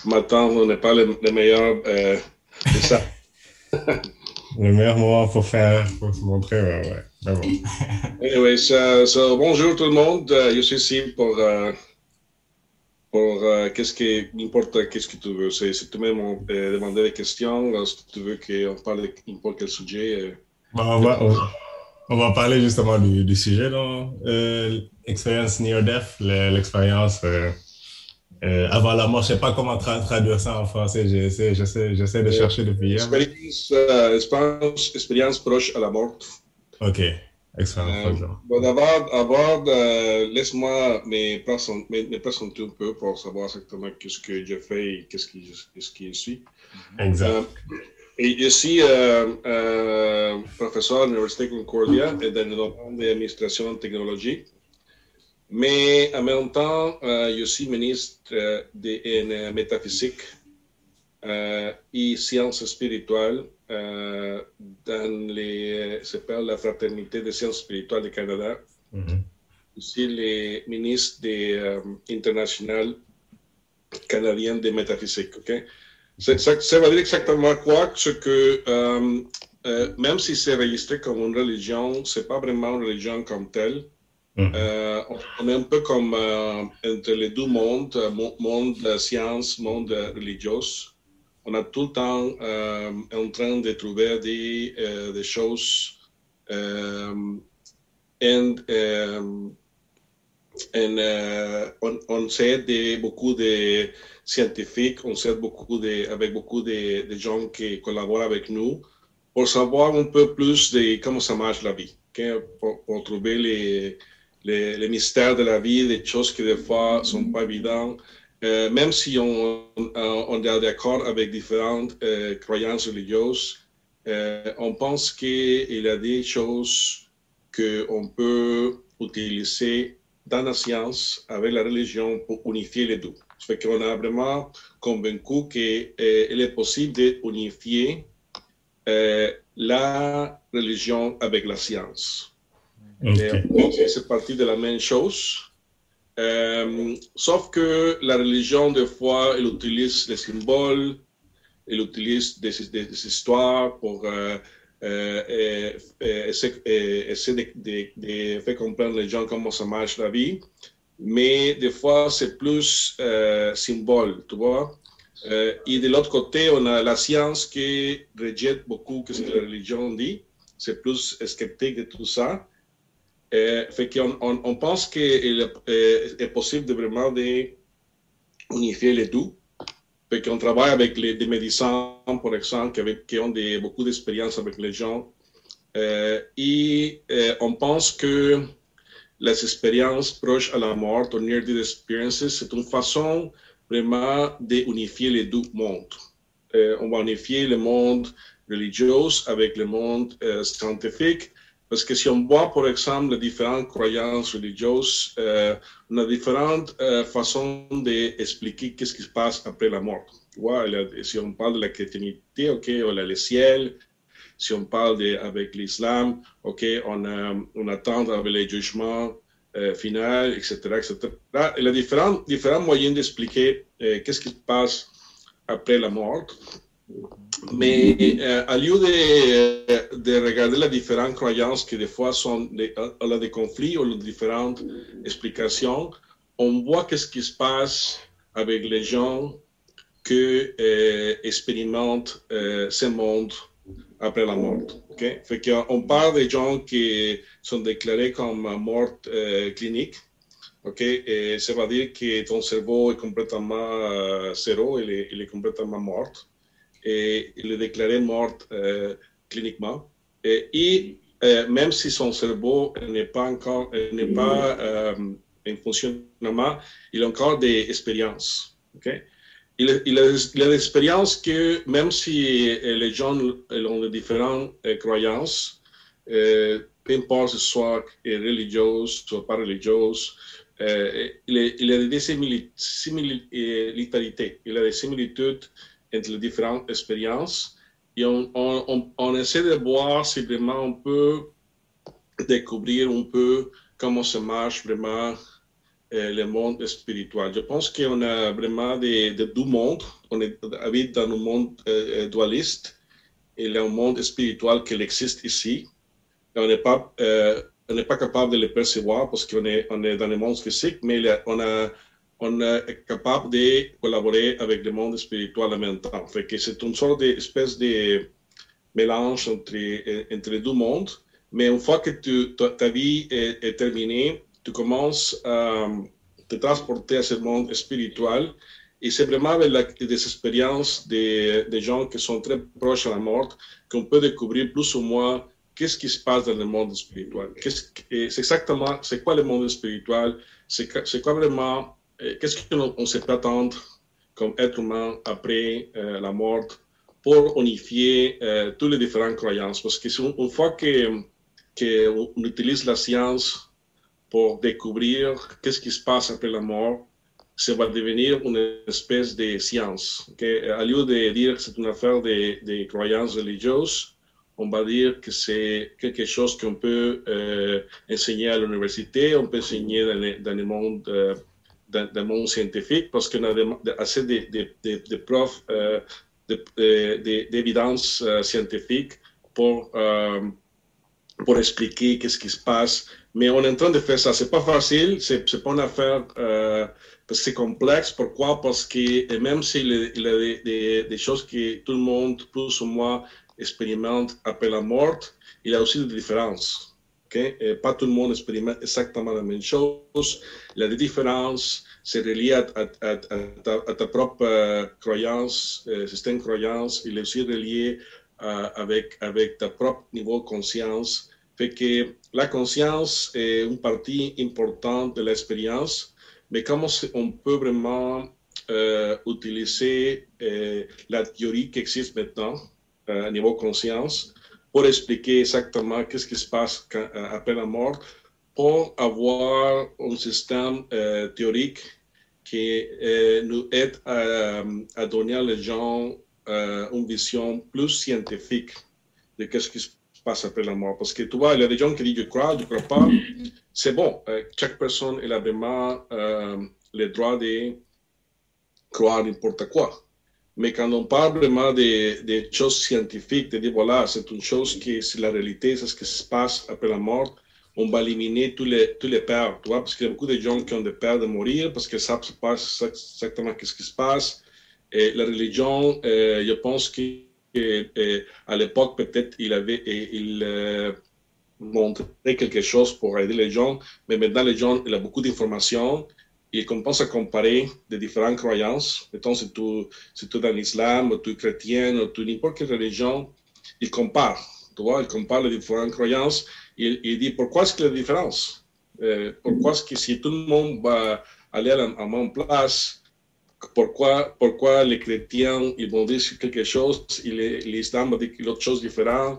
Maintenant, on n'est pas les meilleurs de ça. Le meilleur moment pour se montrer, ouais, ouais. Mais bon. Anyway, bonjour tout le monde. Je suis ici pour qu'est-ce qui n'importe qu'est-ce que tu veux. Si tu m'as demandé des questions, si tu veux qu'on parle de n'importe quel sujet, Bon, je pense. on va parler justement du sujet, non? Expérience near death, l'expérience avant la mort. Je sais pas comment traduire ça en français. J'essaie de chercher depuis hier, mais. Expérience proche à la mort. OK. Expérience Euh, proche, genre. bon, laisse-moi me présenter un peu pour savoir exactement qu'est-ce que je fais et qu'est-ce qui je suis. Euh, Exact. et je suis professeur à l'Université Concordia et dans le domaine de l'administration et technologie. Mais en même temps, je suis ministre de métaphysique et sciences spirituelles dans s'appelle la Fraternité des sciences spirituelles du Canada. Mhm. Je suis le ministre international canadien de métaphysique. Okay? Ça veut dire exactement quoi? Ce que même si c'est registré comme une religion, c'est pas vraiment une religion comme telle. Mhm. On est un peu comme entre les deux mondes, monde de science, monde religieux. On est tout le temps en train de trouver des choses et on s'aide beaucoup de scientifiques, on s'aide avec beaucoup de gens qui collaborent avec nous pour savoir un peu plus de comment ça marche la vie, okay? Pour trouver les mystères de la vie, des choses qui des fois sont pas évidentes. Même si on est d'accord avec différentes croyances religieuses, on pense qu'il y a des choses qu'on peut utiliser dans la science avec la religion pour unifier les deux. Ça fait qu'on a vraiment convaincu qu'il est possible d'unifier la religion avec la science. Et OK. c'est parti de la même chose. Sauf que la religion, des fois, elle utilise les symboles, elle utilise des histoires pour essayer de faire comprendre les gens comment ça marche la vie. Mais des fois, c'est plus symbole, tu vois. Et de l'autre côté, on a la science qui rejette beaucoup ce que la religion dit. C'est plus sceptique de tout ça. Fait qu'on on pense qu'il est possible de vraiment de unifier les deux. Fait qu'on travaille avec des médecins, par exemple, qui ont beaucoup d'expérience avec les gens. Et on pense que les expériences proches à la mort, ou near-death experiences, c'est une façon vraiment d'unifier les deux mondes. On va unifier le monde religieux avec le monde scientifique, parce que si on voit, par exemple, les différentes croyances religieuses, on a différentes façons d'expliquer qu'est-ce qui se passe après la mort. Tu vois, si on parle de la chrétienté, ok, on a le ciel. Si on parle avec l'islam, ok, on attend avec les jugements finaux, etc., etc. Il y a différents moyens d'expliquer qu'est-ce qui se passe après la mort. Mais au lieu de regarder les différentes croyances qui des fois sont des conflits ou des différentes explications, on voit qu'est-ce qui se passe avec les gens qui expérimentent ce monde après la mort. Okay? Fait qu'on parle des gens qui sont déclarés comme morts cliniques. Okay? Et ça veut dire que ton cerveau est complètement zéro, il est complètement mort. Et il est déclaré mort cliniquement. Et même si son cerveau n'est pas encore n'est pas en fonctionnement, il a encore des expériences. Okay? Il a l'expérience que même si les gens ont de différentes croyances, peu importe si ce soit religieuse ou pas religieuse, il a des similarités, il a des similitudes entre les différentes expériences et on essaie de voir si vraiment on peut découvrir un peu comment ça marche vraiment le monde spirituel. Je pense qu'on a vraiment deux mondes. On habite dans un monde dualiste et il y a un monde spirituel qui existe ici. Et on n'est pas capable de le percevoir parce qu'on est dans le monde physique, mais on est capable de collaborer avec le monde spirituel en même temps. Fait que c'est une sorte d'espèce de mélange entre les deux mondes. Mais une fois que ta vie est terminée, tu commences à te transporter à ce monde spirituel. Et c'est vraiment avec des expériences des gens qui sont très proches à la mort qu'on peut découvrir plus ou moins qu'est-ce qui se passe dans le monde spirituel. C'est quoi le monde spirituel? C'est quoi vraiment, qu'est-ce qu'on se peut attendre comme être humain après la mort pour unifier toutes les différentes croyances? Parce que une fois qu'on utilise la science pour découvrir qu'est-ce qui se passe après la mort, ça va devenir une espèce de science. Okay? Au lieu de dire que c'est une affaire de croyances religieuses, on va dire que c'est quelque chose qu'on peut enseigner à l'université, on peut enseigner dans le monde scientifique, parce qu'on a assez de preuves, d'évidence scientifique pour expliquer qu'est-ce qui se passe. Mais on est en train de faire ça. C'est pas facile, c'est pas une affaire parce que c'est complexe. Pourquoi? Parce que même s'il y a des choses que tout le monde, plus ou moins, expérimente après la mort, il y a aussi des différences. Okay? Et pas tout le monde expérimente exactement la même chose. Il y a des différences. C'est relié à ta propre croyance, système de croyance. Il est aussi relié avec ta propre niveau de conscience. Fait que la conscience est une partie importante de l'expérience, mais comment on peut vraiment utiliser la théorie qui existe maintenant à niveau conscience pour expliquer exactement qu'est-ce qui se passe après la mort, pour avoir un système théorique qui nous aide à donner aux gens une vision plus scientifique de qu'est-ce qui se passe après la mort. Parce que tu vois, il y a des gens qui disent je crois pas. C'est bon, chaque personne elle a vraiment le droit de croire n'importe quoi. Mais quand on parle vraiment des choses scientifiques, de dire voilà, c'est une chose qui c'est la réalité, c'est ce qui se passe après la mort, on va éliminer tous les peurs, tu vois, parce qu'il y a beaucoup de gens qui ont des peurs de mourir, parce qu'ils savent pas exactement qu'est-ce qui se passe. Et la religion, je pense qu'à l'époque, peut-être, il montrait quelque chose pour aider les gens, mais maintenant, les gens, il y a beaucoup d'informations. Et qu'on pense à comparer des différentes croyances, mettons, si tu es dans l'islam, ou tu es chrétien, ou tu n'importe quelle religion, ils comparent, tu vois, ils comparent les différentes croyances, et ils disent pourquoi est-ce qu'il y a des différences? Pourquoi est-ce que si tout le monde va aller à la même place, pourquoi les chrétiens ils vont dire quelque chose, et l'islam va dire autre chose différente,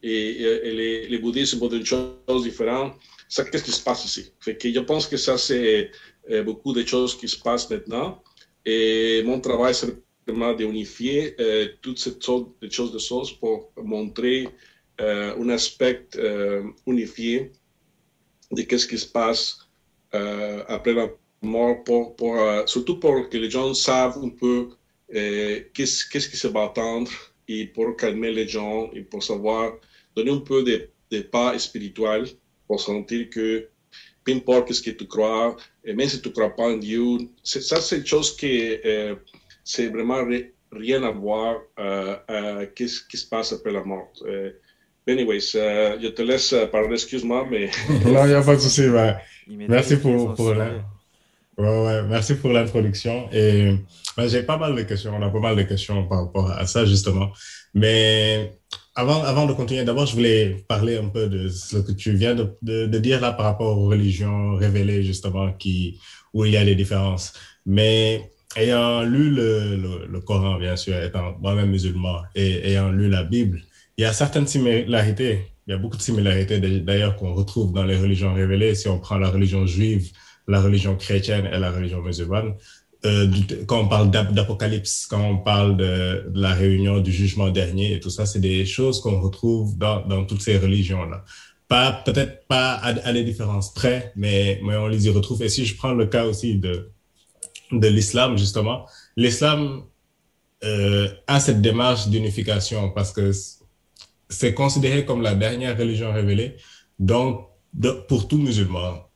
et les bouddhistes vont dire une chose différente? Ça, qu'est-ce qui se passe ici? Fait que je pense que ça, c'est beaucoup de choses qui se passent maintenant. Et mon travail, c'est vraiment d'unifier toutes ces choses pour montrer un aspect unifié de qu'est-ce qui se passe après la mort, surtout pour que les gens savent un peu qu'est-ce qui se va attendre, et pour calmer les gens, et pour savoir, donner un peu de paix spirituelle, pour sentir que peu importe ce que tu crois, et même si tu ne crois pas en Dieu, c'est une chose qui c'est vraiment rien à voir qu'est-ce qui se passe après la mort. Anyways, je te laisse parler, excuse-moi, mais... Non, il n'y a pas de souci. Ouais. Merci Ouais. merci pour l'introduction. Et j'ai pas mal de questions. On a pas mal de questions par rapport à ça, justement. Mais avant de continuer, d'abord, je voulais parler un peu de ce que tu viens de dire là par rapport aux religions révélées, justement, où il y a des différences. Mais ayant lu le Coran, bien sûr, étant moi-même musulman, et ayant lu la Bible, il y a certaines similarités. Il y a beaucoup de similarités, d'ailleurs, qu'on retrouve dans les religions révélées. Si on prend la religion juive, la religion chrétienne et la religion musulmane, quand on parle d'apocalypse, quand on parle de la réunion du jugement dernier et tout ça, c'est des choses qu'on retrouve dans toutes ces religions-là. peut-être pas à des différences près, mais on les y retrouve. Et si je prends le cas aussi de l'islam, justement, l'islam a cette démarche d'unification parce que c'est considéré comme la dernière religion révélée. Donc, pour tout musulman,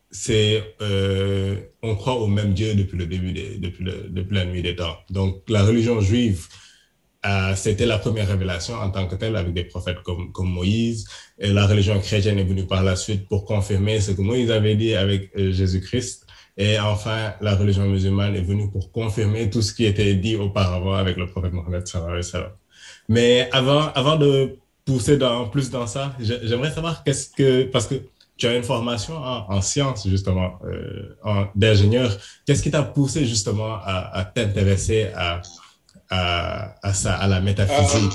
on croit au même Dieu depuis le début depuis la nuit des temps. Donc, la religion juive, c'était la première révélation en tant que telle avec des prophètes comme Moïse. Et la religion chrétienne est venue par la suite pour confirmer ce que Moïse avait dit avec Jésus-Christ. Et enfin, la religion musulmane est venue pour confirmer tout ce qui était dit auparavant avec le prophète Mohammed sallallahu alayhi wa sallam. Mais avant de pousser plus dans ça, j'aimerais savoir parce que tu as une formation en sciences, justement, d'ingénieur. Qu'est-ce qui t'a poussé, justement, à t'intéresser à ça, à la métaphysique?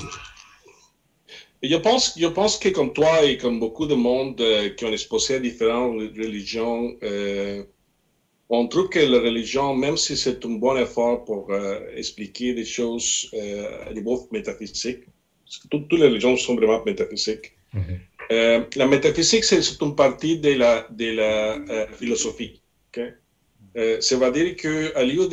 Je pense que comme toi et comme beaucoup de monde qui ont exposé à différentes religions, on trouve que la religion, même si c'est un bon effort pour expliquer des choses à niveau métaphysique, toutes les religions sont vraiment métaphysiques. La métaphysique, c'est une partie de la philosophie. Okay? Ça veut dire qu'au lieu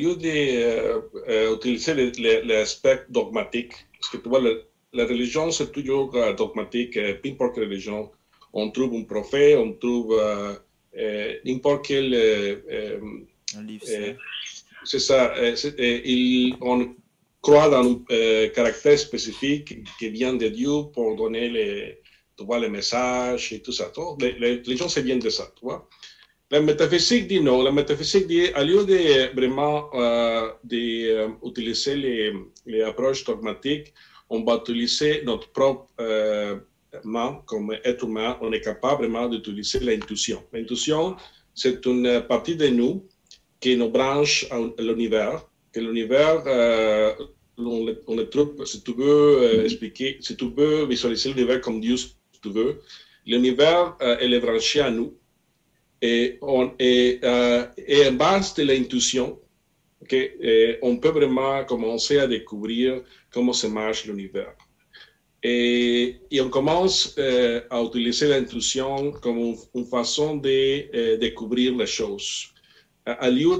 d'utiliser l'aspect dogmatique, parce que tu vois, la religion, c'est toujours dogmatique, peu importe la religion. On trouve un prophète, on trouve n'importe quel... un livre, c'est ça. On croit dans un caractère spécifique qui vient de Dieu pour donner les messages et tout ça. Les religions, c'est bien de ça, tu vois. La métaphysique dit non. La métaphysique dit, au lieu de vraiment utiliser les approches dogmatiques, on va utiliser notre propre comme être humain, on est capable vraiment d'utiliser l'intuition. L'intuition, c'est une partie de nous qui nous branche à l'univers, que l'univers, on le trouve, si tu veux expliquer, si tu veux visualiser l'univers comme Dieu, si tu veux, l'univers, elle est branché à nous. Et en base de l'intuition, okay, on peut vraiment commencer à découvrir comment ça marche l'univers. Et on commence à utiliser l'intuition comme une façon de découvrir les choses. À lieu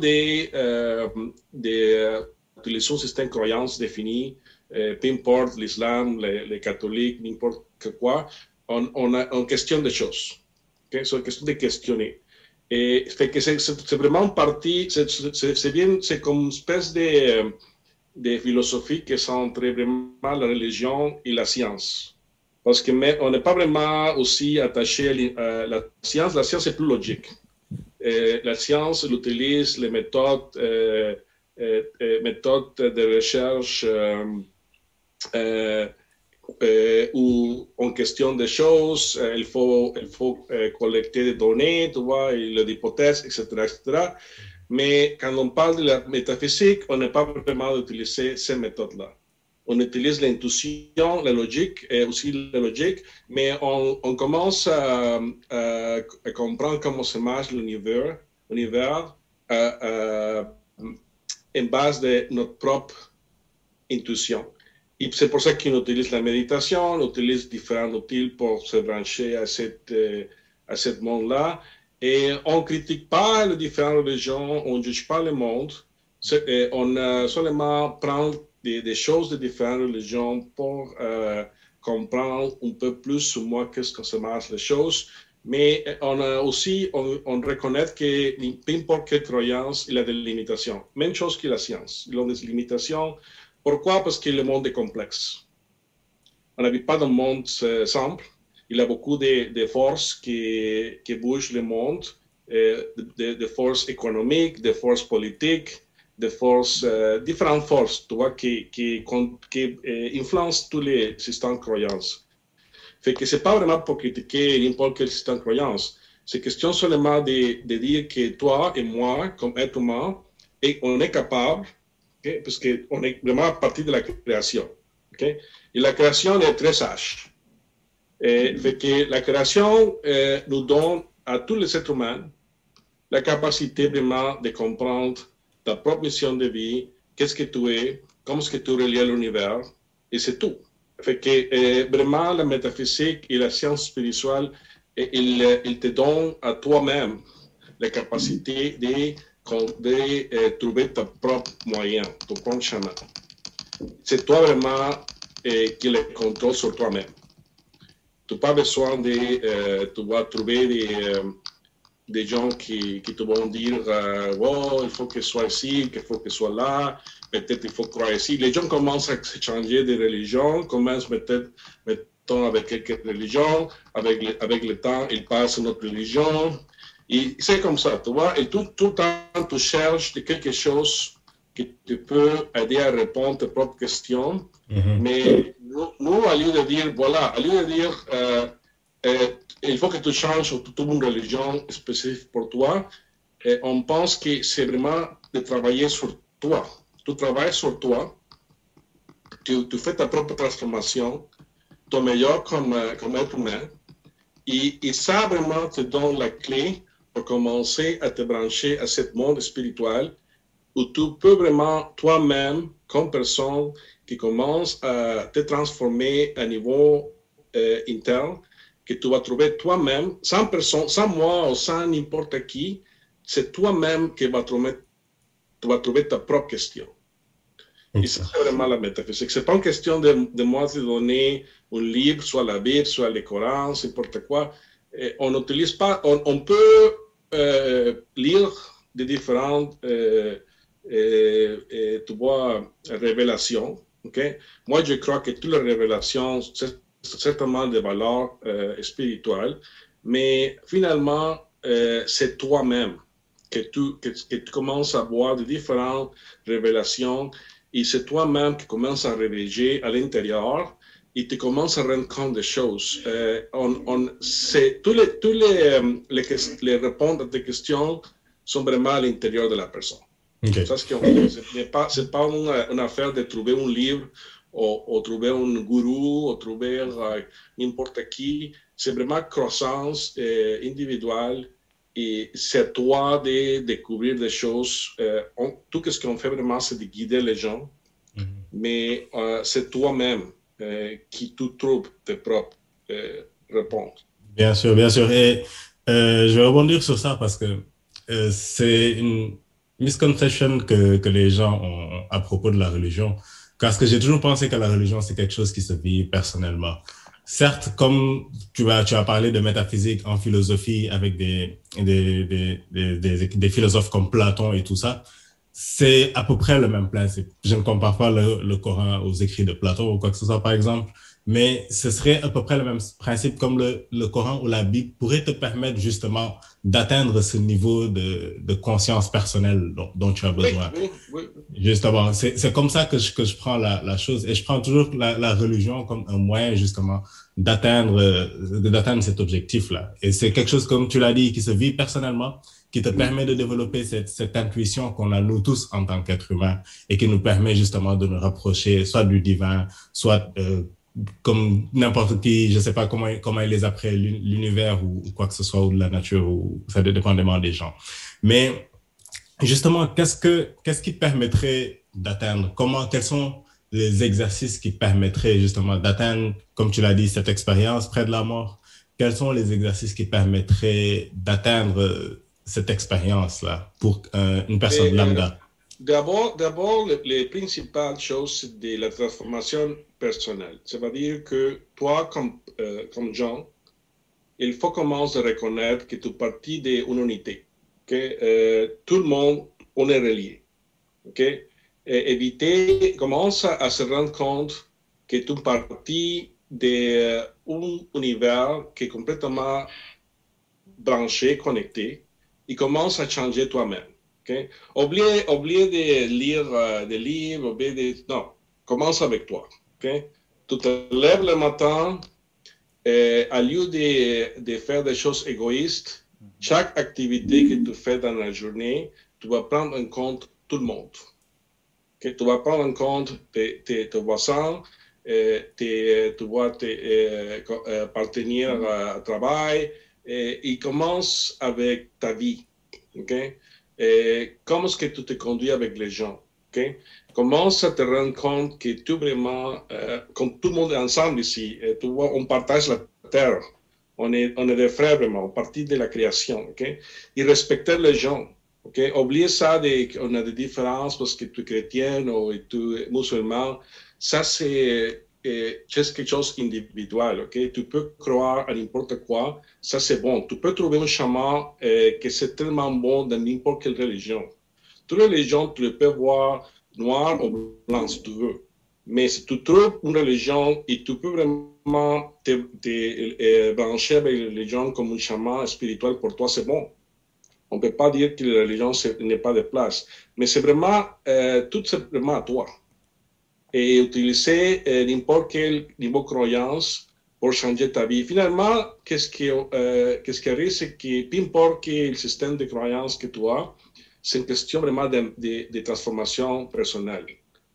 d'utiliser un système de croyances défini, peu importe l'islam, les catholiques, n'importe quoi, on questionne des choses. Okay? C'est une question de questionner. Et fait que c'est vraiment partie, c'est comme une espèce de philosophie qui centre vraiment la religion et la science. Parce que on n'est pas vraiment aussi attaché à la science. La science est plus logique. La science, elle utilise les méthodes de recherche où on questionne des choses, il faut collecter des données, tu vois, et des hypothèses, etc., etc. Mais quand on parle de la métaphysique, on n'est pas vraiment d'utiliser ces méthodes-là. On utilise l'intuition, la logique, et aussi la logique, mais on commence à comprendre comment se marche l'univers en base de notre propre intuition. Et c'est pour ça qu'on utilise la méditation, on utilise différents outils pour se brancher à ce monde-là. Et on ne critique pas les différentes religions, on ne juge pas le monde, on seulement prend des choses de différentes religions pour comprendre un peu plus sur moi qu'est-ce que ça marche les choses. Mais on reconnaît que peu importe quelle croyance, il y a des limitations. Même chose que la science, il y a des limitations. Pourquoi? Parce que le monde est complexe. On n'habite pas dans un monde simple. Il y a beaucoup de forces qui bougent le monde, de forces économiques, de forces politiques, de forces, différentes forces, tu vois, qui influencent tous les systèmes de croyances. Fait que c'est pas vraiment pour critiquer n'importe quel système de croyance. C'est question seulement de dire que toi et moi, comme être humain, on est capable, okay, parce qu'on est vraiment à partir de la création. Okay? Et la création est très sage. Fait que la création nous donne à tous les êtres humains la capacité vraiment de comprendre ta propre mission de vie, qu'est-ce que tu es, comment est-ce que tu es relié à l'univers, et c'est tout. Fait que vraiment la métaphysique et la science spirituelle et il te donne à toi-même la capacité de trouver ta propre moyen, ton propre chemin. C'est toi vraiment qui le contrôle sur toi-même. Tu n'as pas besoin de trouver des gens qui te vont dire oh, il faut que soit ici, qu'il faut que soit là, peut-être il faut croire ici. Les gens commencent à changer de religion, commencent peut-être, mettons, avec quelques religions, avec le temps, ils passent à notre religion. Et c'est comme ça, tu vois, et tout le temps, tu cherches quelque chose qui te peut aider à répondre à tes propres questions. Mais nous, au lieu de dire, voilà, au lieu de dire, il faut que tu changes toute une religion spécifique pour toi, on pense que c'est vraiment de travailler sur toi. Tu travailles sur toi, tu fais ta propre transformation, ton meilleur comme être humain, et ça vraiment te donne la clé pour commencer à te brancher à ce monde spirituel où tu peux vraiment toi-même, comme personne, qui commence à te transformer à niveau interne, que tu vas trouver toi-même, sans personne, sans moi ou sans n'importe qui, c'est toi-même qui vas trouver ta propre question. Et ça, c'est vraiment la métaphysique. Ce n'est pas une question de moi te donner un livre, soit la Bible, soit les Corans, n'importe quoi. On n'utilise pas, on peut lire des différentes tu vois, révélations. Okay? Moi, je crois que toutes les révélations, c'est certainement des valeurs spirituelles, mais finalement, c'est toi-même que tu commences à voir de différentes révélations et c'est toi-même qui commences à réveiller à l'intérieur et tu commences à rendre compte des choses. Tous les réponses à tes questions sont vraiment à l'intérieur de la personne. Okay. Ça, c'est pas une affaire de trouver un livre ou trouver un gourou ou trouver n'importe qui. C'est vraiment croissance individuelle et c'est toi de découvrir des choses. Tout ce qu'on fait vraiment, c'est de guider les gens, mais c'est toi-même qui tu trouves tes propres réponses. Bien sûr, bien sûr. Et je vais rebondir sur ça parce que c'est une misconception que les gens ont à propos de la religion. Parce que j'ai toujours pensé que la religion, c'est quelque chose qui se vit personnellement. Certes, comme tu as parlé de métaphysique en philosophie avec des philosophes comme Platon et tout ça, c'est à peu près le même principe. Je ne compare pas le Coran aux écrits de Platon ou quoi que ce soit, par exemple, mais ce serait à peu près le même principe comme le Coran ou la Bible pourrait te permettre justement d'atteindre ce niveau de conscience personnelle dont tu as besoin. Oui. Justement, c'est comme ça que je prends la chose et je prends toujours la religion comme un moyen justement d'atteindre cet objectif-là. Et c'est quelque chose, comme tu l'as dit, qui se vit personnellement, qui te permet de développer cette intuition qu'on a nous tous en tant qu'êtres humains et qui nous permet justement de nous rapprocher soit du divin, soit comme n'importe qui, je sais pas comment il les appelle, l'univers ou quoi que ce soit, ou de la nature, ou ça dépendamment des gens. Mais justement, qu'est-ce qui permettrait d'atteindre, quels sont les exercices qui permettraient justement d'atteindre, comme tu l'as dit, cette expérience près de la mort? Quels sont les exercices qui permettraient d'atteindre cette expérience-là pour une personne lambda? D'abord, les principales choses, c'est de la transformation personnelle. C'est-à-dire que toi, comme Jean, il faut commencer à reconnaître que tu es partie d'une unité. Okay? Tout le monde, on est relié. Okay? Commence à se rendre compte que tu es partie d'un univers qui est complètement branché, connecté, et commence à changer toi-même. Okay? Oubliez de lire des livres, non, commence avec toi. Okay? Tu te lèves le matin, au lieu de faire des choses égoïstes, chaque activité que tu fais dans la journée, tu vas prendre en compte tout le monde. Okay? Tu vas prendre en compte tes voisins, tu vas tes partenaires à travail, et commence avec ta vie. Okay? Comment est-ce que tu te conduis avec les gens? Okay? Commence à te rendre compte que tu vraiment, comme tout le monde est ensemble ici, tu vois, on partage la terre. On est des frères vraiment, partie de la création. Okay? Et respecter les gens. Okay? Oublier ça, on a des différences parce que tu es chrétien ou tu es musulman. Ça, c'est quelque chose d'individuel. Okay? Tu peux croire à n'importe quoi. Ça, c'est bon. Tu peux trouver un chaman que c'est tellement bon dans n'importe quelle religion. Toutes les religions, tu le peux voir noir ou blanc si tu veux. Mais si tu trouves une religion et tu peux vraiment te brancher avec la religion comme un chaman spirituel, pour toi, c'est bon. On ne peut pas dire que la religion n'est pas de place. Mais c'est vraiment, tout c'est vraiment à toi. Et utiliser n'importe quel niveau de croyance pour changer ta vie. Finalement, qu'est-ce qui arrive, c'est que peu importe le système de croyance que tu as, c'est une question vraiment de transformation personnelle.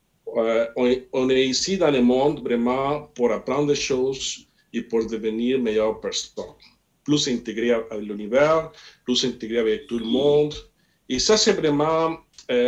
On est ici dans le monde vraiment pour apprendre des choses et pour devenir meilleure personne. Plus intégré avec l'univers, plus intégré avec tout le monde. Et ça, c'est vraiment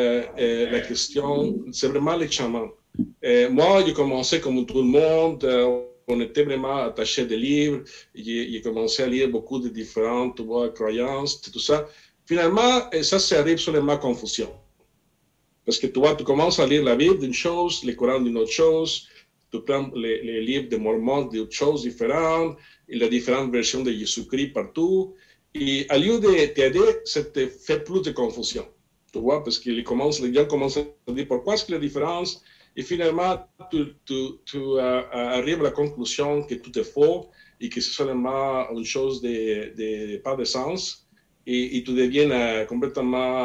la question, c'est vraiment les chamans. Moi, j'ai commencé comme tout le monde. On était vraiment attachés des livres. J'ai commencé à lire beaucoup de différentes croyances, tout ça. Finalement, ça, arrive seulement à confusion. Parce que tu vois, tu commences à lire la Bible d'une chose, le Coran d'une autre chose, tu prends les livres de Mormons d'autres choses différentes, et les différentes versions de Jésus-Christ partout. Et au lieu de t'aider, ça te fait plus de confusion. Tu vois, parce que les gens commencent à dire pourquoi est-ce qu'il y a la différence. Et finalement, tu arrives à la conclusion que tout est faux et que c'est seulement une chose de pas de sens. Et tu deviens complètement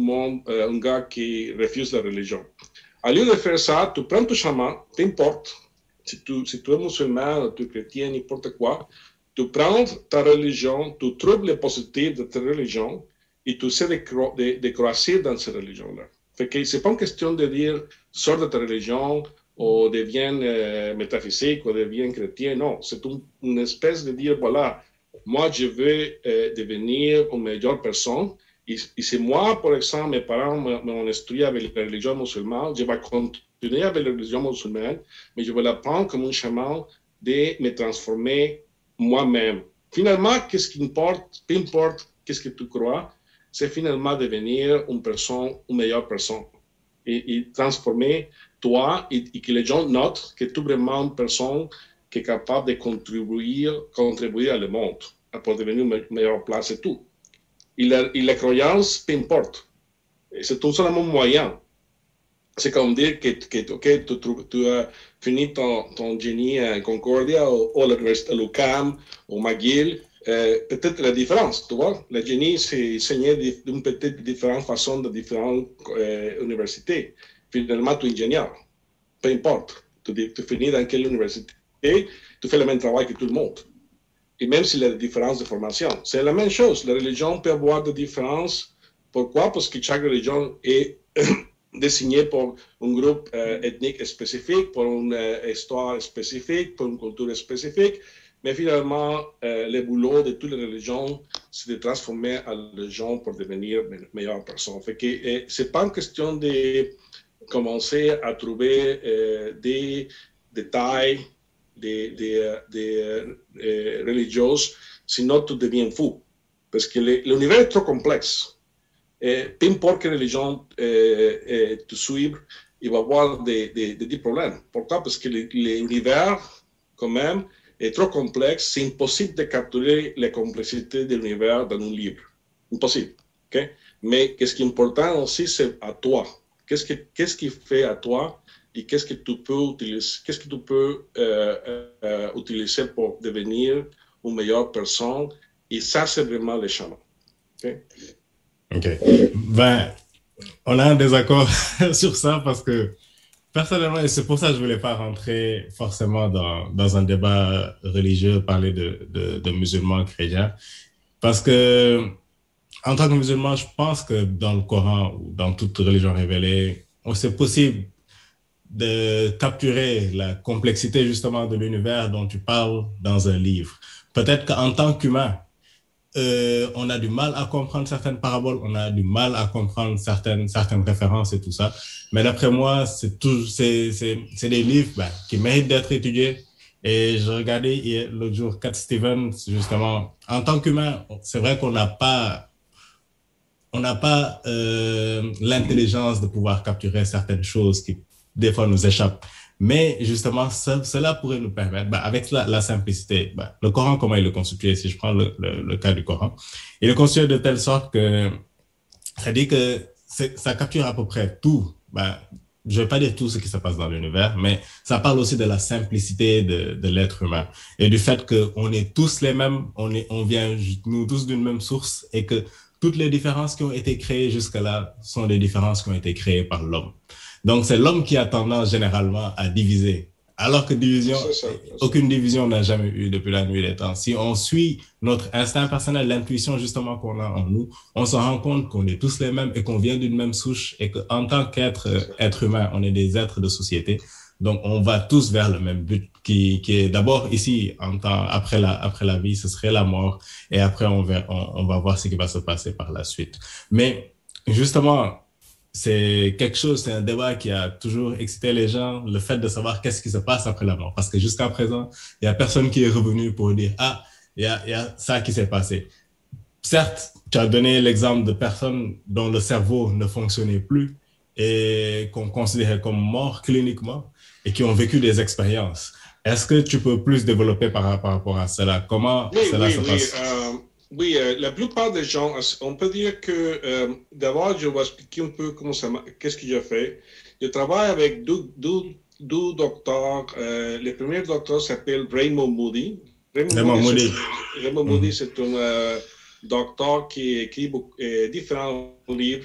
un gars qui refuse la religion. Au lieu de faire ça, tu prends ton chaman, peu-importe, si tu es musulman, tu es chrétien, n'importe quoi, tu prends ta religion, tu trouves le positif de ta religion et tu essaies de croître dans cette religion-là. Fait que c'est pas une question de dire sors de ta religion ou deviens métaphysique ou deviens chrétien. Non, c'est une espèce de dire voilà, moi je veux devenir une meilleure personne. Et c'est moi, par exemple, mes parents m'ont instruit avec la religion musulmane, je vais continuer avec la religion musulmane, mais je vais l'apprendre comme un chemin de me transformer moi-même. Finalement, qu'est-ce qui importe, peu importe qu'est-ce que tu crois, c'est finalement devenir une meilleure personne et transformer toi et que les gens notent que tu es vraiment une personne qui est capable de contribuer à le monde pour devenir une meilleure place et tout. Et la croyance, peu importe. C'est tout seulement un moyen. C'est comme dire que tu as fini ton génie à Concordia ou à l'université l'UQAM ou McGill. Peut-être la différence, tu vois. Le génie, c'est enseigné d'une petite différente façon de différentes universités. Finalement, tu es ingénieur. Peu importe. Tu finis dans quelle université, tu fais le même travail que tout le monde. Et même s'il y a des différences de formation, c'est la même chose. La religion peut avoir des différences. Pourquoi? Parce que chaque religion est désignée pour un groupe ethnique spécifique, pour une histoire spécifique, pour une culture spécifique. Mais finalement, le boulot de toutes les religions, c'est de transformer les gens pour devenir meilleures personnes. Fait que c'est pas une question de commencer à trouver des détails religieuses, sinon tu deviens fou. Parce que l'univers est trop complexe. Peu importe quelle religion tu suives, il va y avoir des problèmes. Pourquoi? Parce que l'univers, quand même, est trop complexe. C'est impossible de capturer la complexité de l'univers dans un livre. Impossible. Okay? Mais ce qui est important aussi, c'est à toi. Qu'est-ce qui fait à toi et qu'est-ce que tu peux utiliser pour devenir une meilleure personne. Et ça, c'est vraiment le chemin. OK. Ben, on a un désaccord sur ça parce que personnellement, et c'est pour ça que je ne voulais pas rentrer forcément dans un débat religieux, parler de musulmans chrétiens. Parce que, en tant que musulman, je pense que dans le Coran ou dans toute religion révélée, c'est possible de capturer la complexité justement de l'univers dont tu parles dans un livre. Peut-être qu'en tant qu'humain, on a du mal à comprendre certaines paraboles, on a du mal à comprendre certaines références et tout ça. Mais d'après moi, c'est des livres qui méritent d'être étudiés Et je regardais l'autre jour Cat Stevens, justement, en tant qu'humain, c'est vrai on n'a pas l'intelligence de pouvoir capturer certaines choses qui, des fois, nous échappent. Mais justement, cela pourrait nous permettre, avec la simplicité, le Coran, comment il est constitué, si je prends le cas du Coran, il est constitué de telle sorte que ça dit que ça capture à peu près tout. Je ne vais pas dire tout ce qui se passe dans l'univers, mais ça parle aussi de la simplicité de l'être humain et du fait qu'on est tous les mêmes, on vient nous tous d'une même source et que toutes les différences qui ont été créées jusqu'à là sont des différences qui ont été créées par l'homme. Donc, c'est l'homme qui a tendance généralement à diviser. Alors que aucune division n'a jamais eu depuis la nuit des temps. Si on suit notre instinct personnel, l'intuition justement qu'on a en nous, on se rend compte qu'on est tous les mêmes et qu'on vient d'une même souche et qu'en tant qu'être humain, on est des êtres de société. Donc, on va tous vers le même but qui est d'abord ici, après la vie, ce serait la mort. Et après, on va voir ce qui va se passer par la suite. Mais justement, c'est un débat qui a toujours excité les gens, le fait de savoir qu'est-ce qui se passe après la mort. Parce que jusqu'à présent, il n'y a personne qui est revenu pour dire, il y a ça qui s'est passé. Certes, tu as donné l'exemple de personnes dont le cerveau ne fonctionnait plus et qu'on considérait comme morts cliniquement et qui ont vécu des expériences. Est-ce que tu peux plus développer par rapport à cela? Comment cela se passe? Oui, la plupart des gens, on peut dire que d'abord, je vais expliquer un peu qu'est-ce que je fais. Je travaille avec deux docteurs. Le premier docteur s'appelle Raymond Moody. Raymond Moody, c'est un docteur qui écrit différents livres.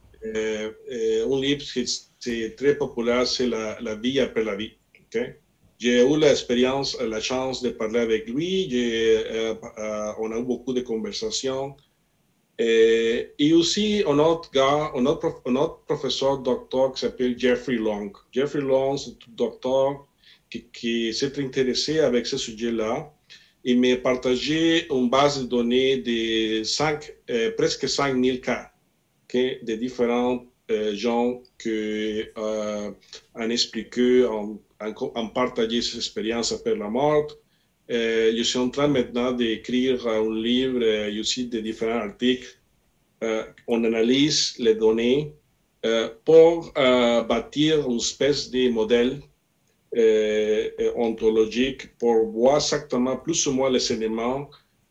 Un livre qui est très populaire, c'est la vie après la vie. Okay? J'ai eu la chance de parler avec lui. On a eu beaucoup de conversations. Et aussi, un autre professeur docteur qui s'appelle Jeffrey Long. Jeffrey Long, c'est un docteur qui s'est intéressé avec ce sujet-là. Il m'a partagé une base de données de presque 5000 cas, okay, de différents gens qui ont expliqué, en partager ses expériences après la mort. Je suis en train maintenant d'écrire un livre et aussi de différents articles. On analyse les données pour bâtir une espèce de modèle ontologique pour voir exactement plus ou moins les éléments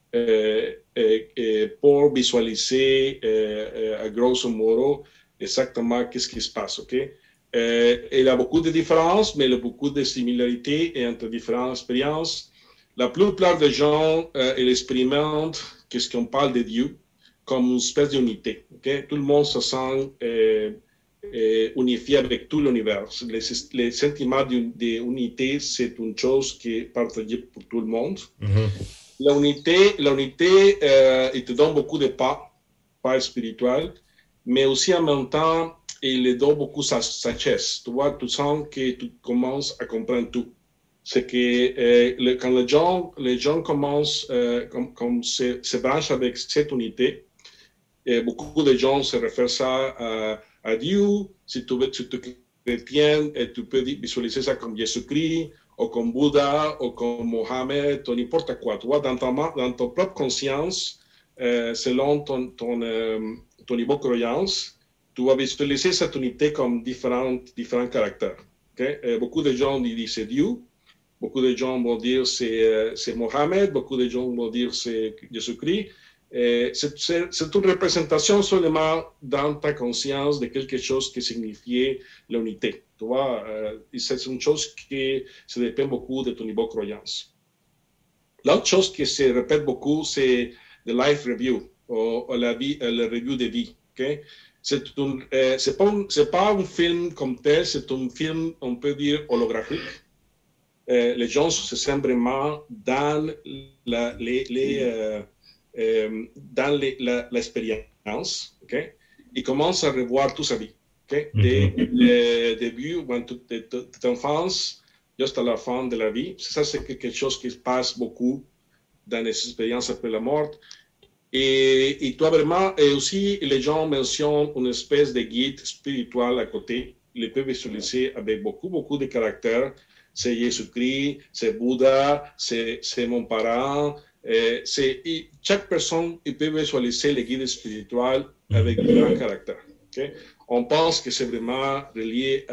pour visualiser à grosso modo exactement qu'est-ce qui se passe. Okay? Il y a beaucoup de différences, mais il y a beaucoup de similarités entre différentes expériences. La plupart des gens ils expérimentent qu'est-ce qu'on parle de Dieu comme une espèce d'unité. Okay? Tout le monde se sent unifié avec tout l'univers. Les sentiments d'unité, c'est une chose qui est partagée pour tout le monde. Mm-hmm. L'unité il te donne beaucoup de part spirituelle, mais aussi en même temps, il donne beaucoup sa sagesse. Tu vois, tu sens que tu commences à comprendre tout. C'est que quand les gens commencent, se branchent avec cette unité, beaucoup de gens se réfèrent ça à Dieu. Si tu es chrétien, tu peux visualiser ça comme Jésus-Christ, ou comme Bouddha, ou comme Mohamed, ou n'importe quoi. Tu vois, dans ton propre conscience, selon ton niveau de croyance, tu vas visualiser cette unité comme différents caractères. Okay? Beaucoup de gens disent c'est Dieu, beaucoup de gens vont dire c'est Mohamed, beaucoup de gens vont dire c'est Jésus-Christ. C'est une représentation seulement dans ta conscience de quelque chose qui signifiait l'unité. Tu vois, c'est une chose qui se dépend beaucoup de ton niveau de croyance. L'autre chose qui se répète beaucoup, c'est le life review, ou le review de vie. Okay? C'est pas un film comme tel, c'est un film, on peut dire, holographique. Les gens se sentent vraiment dans l'expérience. Okay? Ils commencent à revoir toute sa vie. Okay? Dès le début de ton enfance jusqu'à la fin de la vie. Ça, c'est quelque chose qui se passe beaucoup dans les expériences après la mort. Et toi, vraiment, et aussi, les gens mentionnent une espèce de guide spirituel à côté. Ils peuvent visualiser avec beaucoup de caractères c'est Jésus-Christ, c'est Bouddha, c'est mon parent. Chaque personne il peut visualiser les guides spirituels avec un grand caractère. Okay? On pense que c'est vraiment relié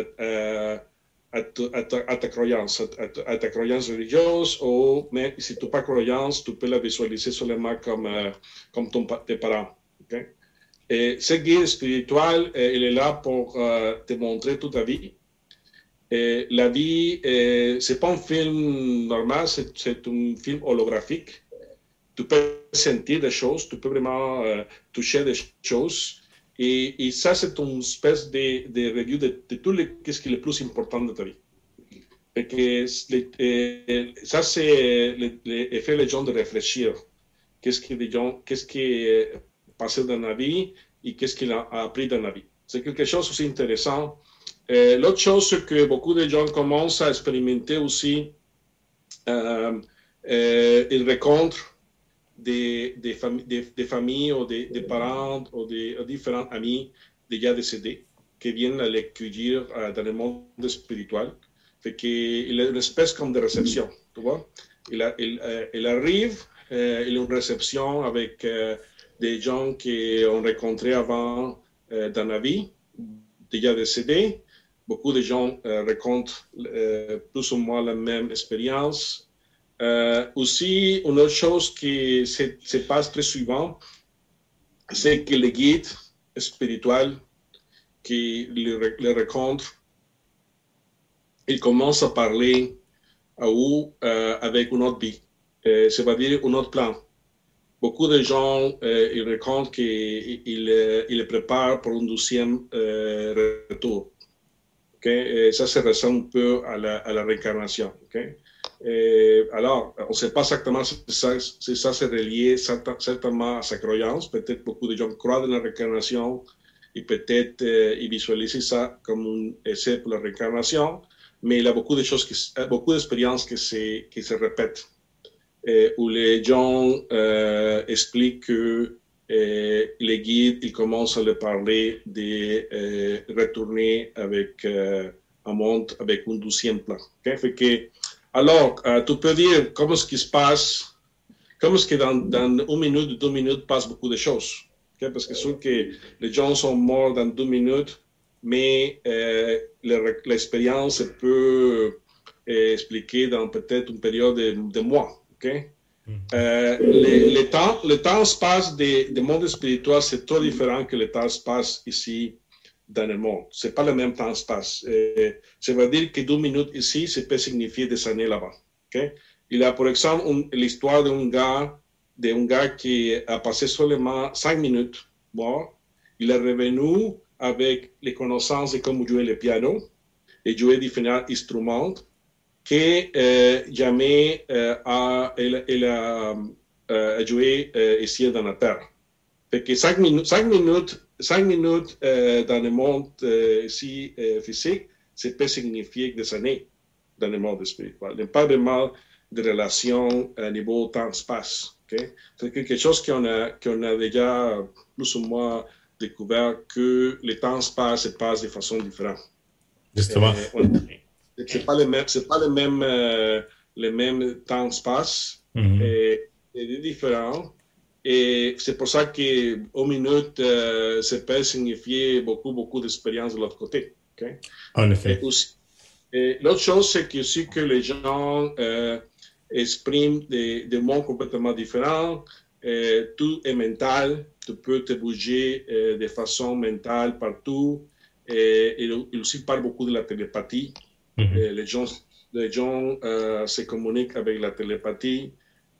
à ta croyance, à ta croyance religieuse, ou mais si tu n'as pas croyance, tu peux la visualiser seulement comme tes parents. Okay? Et ce guide spirituel, il est là pour te montrer toute ta vie. Et la vie, ce n'est pas un film normal, c'est un film holographique. Tu peux sentir des choses, tu peux vraiment toucher des choses. Et ça, c'est une espèce de review de tout ce qui est le plus important de ta vie. Et que ça, c'est l'effet les gens de réfléchir. Qu'est-ce qui est passé dans la vie et qu'est-ce qu'il a appris dans la vie. C'est quelque chose aussi intéressant. L'autre chose, c'est que beaucoup de gens commencent à expérimenter aussi, ils rencontrent des familles ou des parents ou des différents amis déjà décédés qui viennent à l'accueillir dans le monde spirituel. Fait qu'il a une espèce comme de réception, tu vois. Il arrive, il a une réception avec des gens qui ont rencontré avant dans la vie, déjà décédés. Beaucoup de gens rencontrent plus ou moins la même expérience. Aussi, une autre chose qui se passe très souvent, c'est que les guides spirituels qui les rencontrent, ils commencent à parler avec une autre vie, c'est-à-dire un autre plan. Beaucoup de gens, ils rencontrent qu'ils les préparent pour un deuxième retour. Okay? Et ça ressemble un peu à la réincarnation. Okay? Alors, on ne sait pas exactement si ça c'est relié certainement à sa croyance. Peut-être beaucoup de gens croient dans la réincarnation et peut-être ils visualisent ça comme un essai pour la réincarnation. Mais il y a beaucoup de choses, beaucoup d'expériences qui se répètent. Où les gens expliquent que les guides ils commencent à leur parler de retourner avec un monde avec un deuxième plan. Okay? Fait que, alors, tu peux dire comment est-ce qui se passe, comment est-ce que dans 1 minute, 2 minutes passe beaucoup de choses. Okay? Parce que c'est sûr que les gens sont morts dans 2 minutes, mais l'expérience peut expliquer dans peut-être une période de mois. Okay? Le temps-espace des mondes spirituels, c'est trop différent que le temps-espace ici dans le monde. Ce n'est pas le même temps-espace. Ça veut dire que 2 minutes ici, ça peut signifier des années là-bas. Okay? Il y a, par exemple, l'histoire d'un gars qui a passé seulement 5 minutes mort. Il est revenu avec les connaissances de comment jouer le piano et jouer différents instruments que jamais il a joué ici dans la Terre. Fait que 5 minutes dans le monde ici physique, ça peut signifier des années dans le monde spirituel. Il n'y a pas vraiment de relation à niveau temps-espace. Okay? C'est quelque chose qu'on a déjà plus ou moins découvert que le temps-espace se passe de façon différente. Justement. C'est pas le même temps-espace. C'est différent. Et c'est pour ça qu'au minute, ça peut signifier beaucoup d'expérience de l'autre côté. Okay? En effet. L'autre chose, c'est que les gens expriment des mots complètement différents. Tout est mental. Tu peux te bouger de façon mentale partout. Il aussi parle beaucoup de la télépathie. Les gens se communiquent avec la télépathie.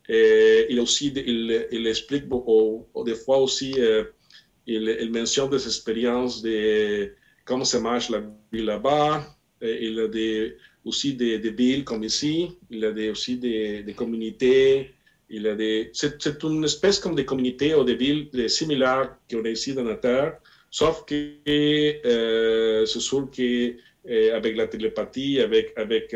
Il explique beaucoup, des fois aussi, il mentionne des expériences de comment ça marche la vie là-bas. Il a aussi des villes comme ici. Il a aussi des communautés. C'est une espèce comme des communautés ou des villes similaires qu'on a ici dans la Terre, sauf que c'est sûr que avec la télépathie, avec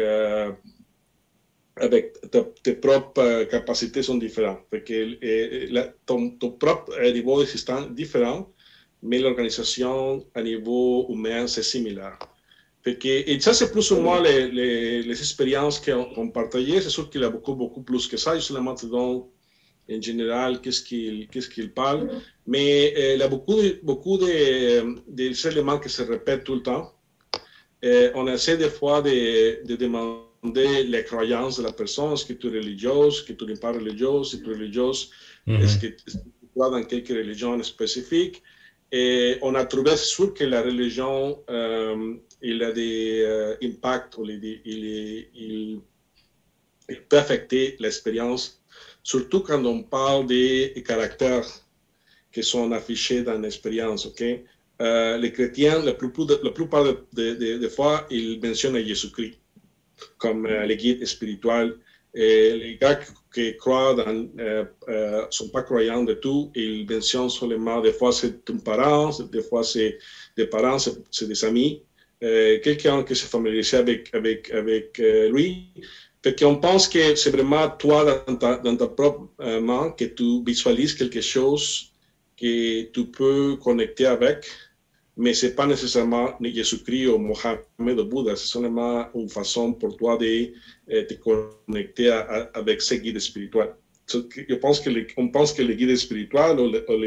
tes propres capacités sont différentes. Fait que ton propre niveau existant est différent, mais l'organisation à niveau humain, c'est similaire. Et ça, c'est plus ou moins les expériences qu'on partageait. C'est sûr qu'il y a beaucoup plus que ça. Je seulement te donne en général qu'est-ce qu'il parle. Mais il y a beaucoup des éléments qui se répètent tout le temps. On essaie des fois de demander les croyances de la personne. Est-ce que tu es religieuse? Est-ce que tu n'es pas religieuse? Si tu es religieuse, est-ce que tu crois dans quelques religions spécifiques? Et on a trouvé sûr que la religion, il a des impacts, il peut affecter l'expérience, surtout quand on parle des caractères qui sont affichés dans l'expérience. Okay? Les chrétiens, la plupart des fois, ils mentionnent Jésus-Christ comme le guide spirituel. Et les gars qui croient sont pas croyants de tout, ils mentionnent seulement, des fois c'est un parent, des fois c'est des parents, c'est des amis, quelqu'un qui s'est familiarisé avec lui. Fait qu'on pense que c'est vraiment toi dans ta propre main que tu visualises quelque chose que tu peux connecter avec, mais c'est pas nécessairement Jésus-Christ ou Mohamed ou Bouddha, c'est seulement une façon pour toi de te connecter avec ces guides spirituels. Je pense on pense que les guides spirituels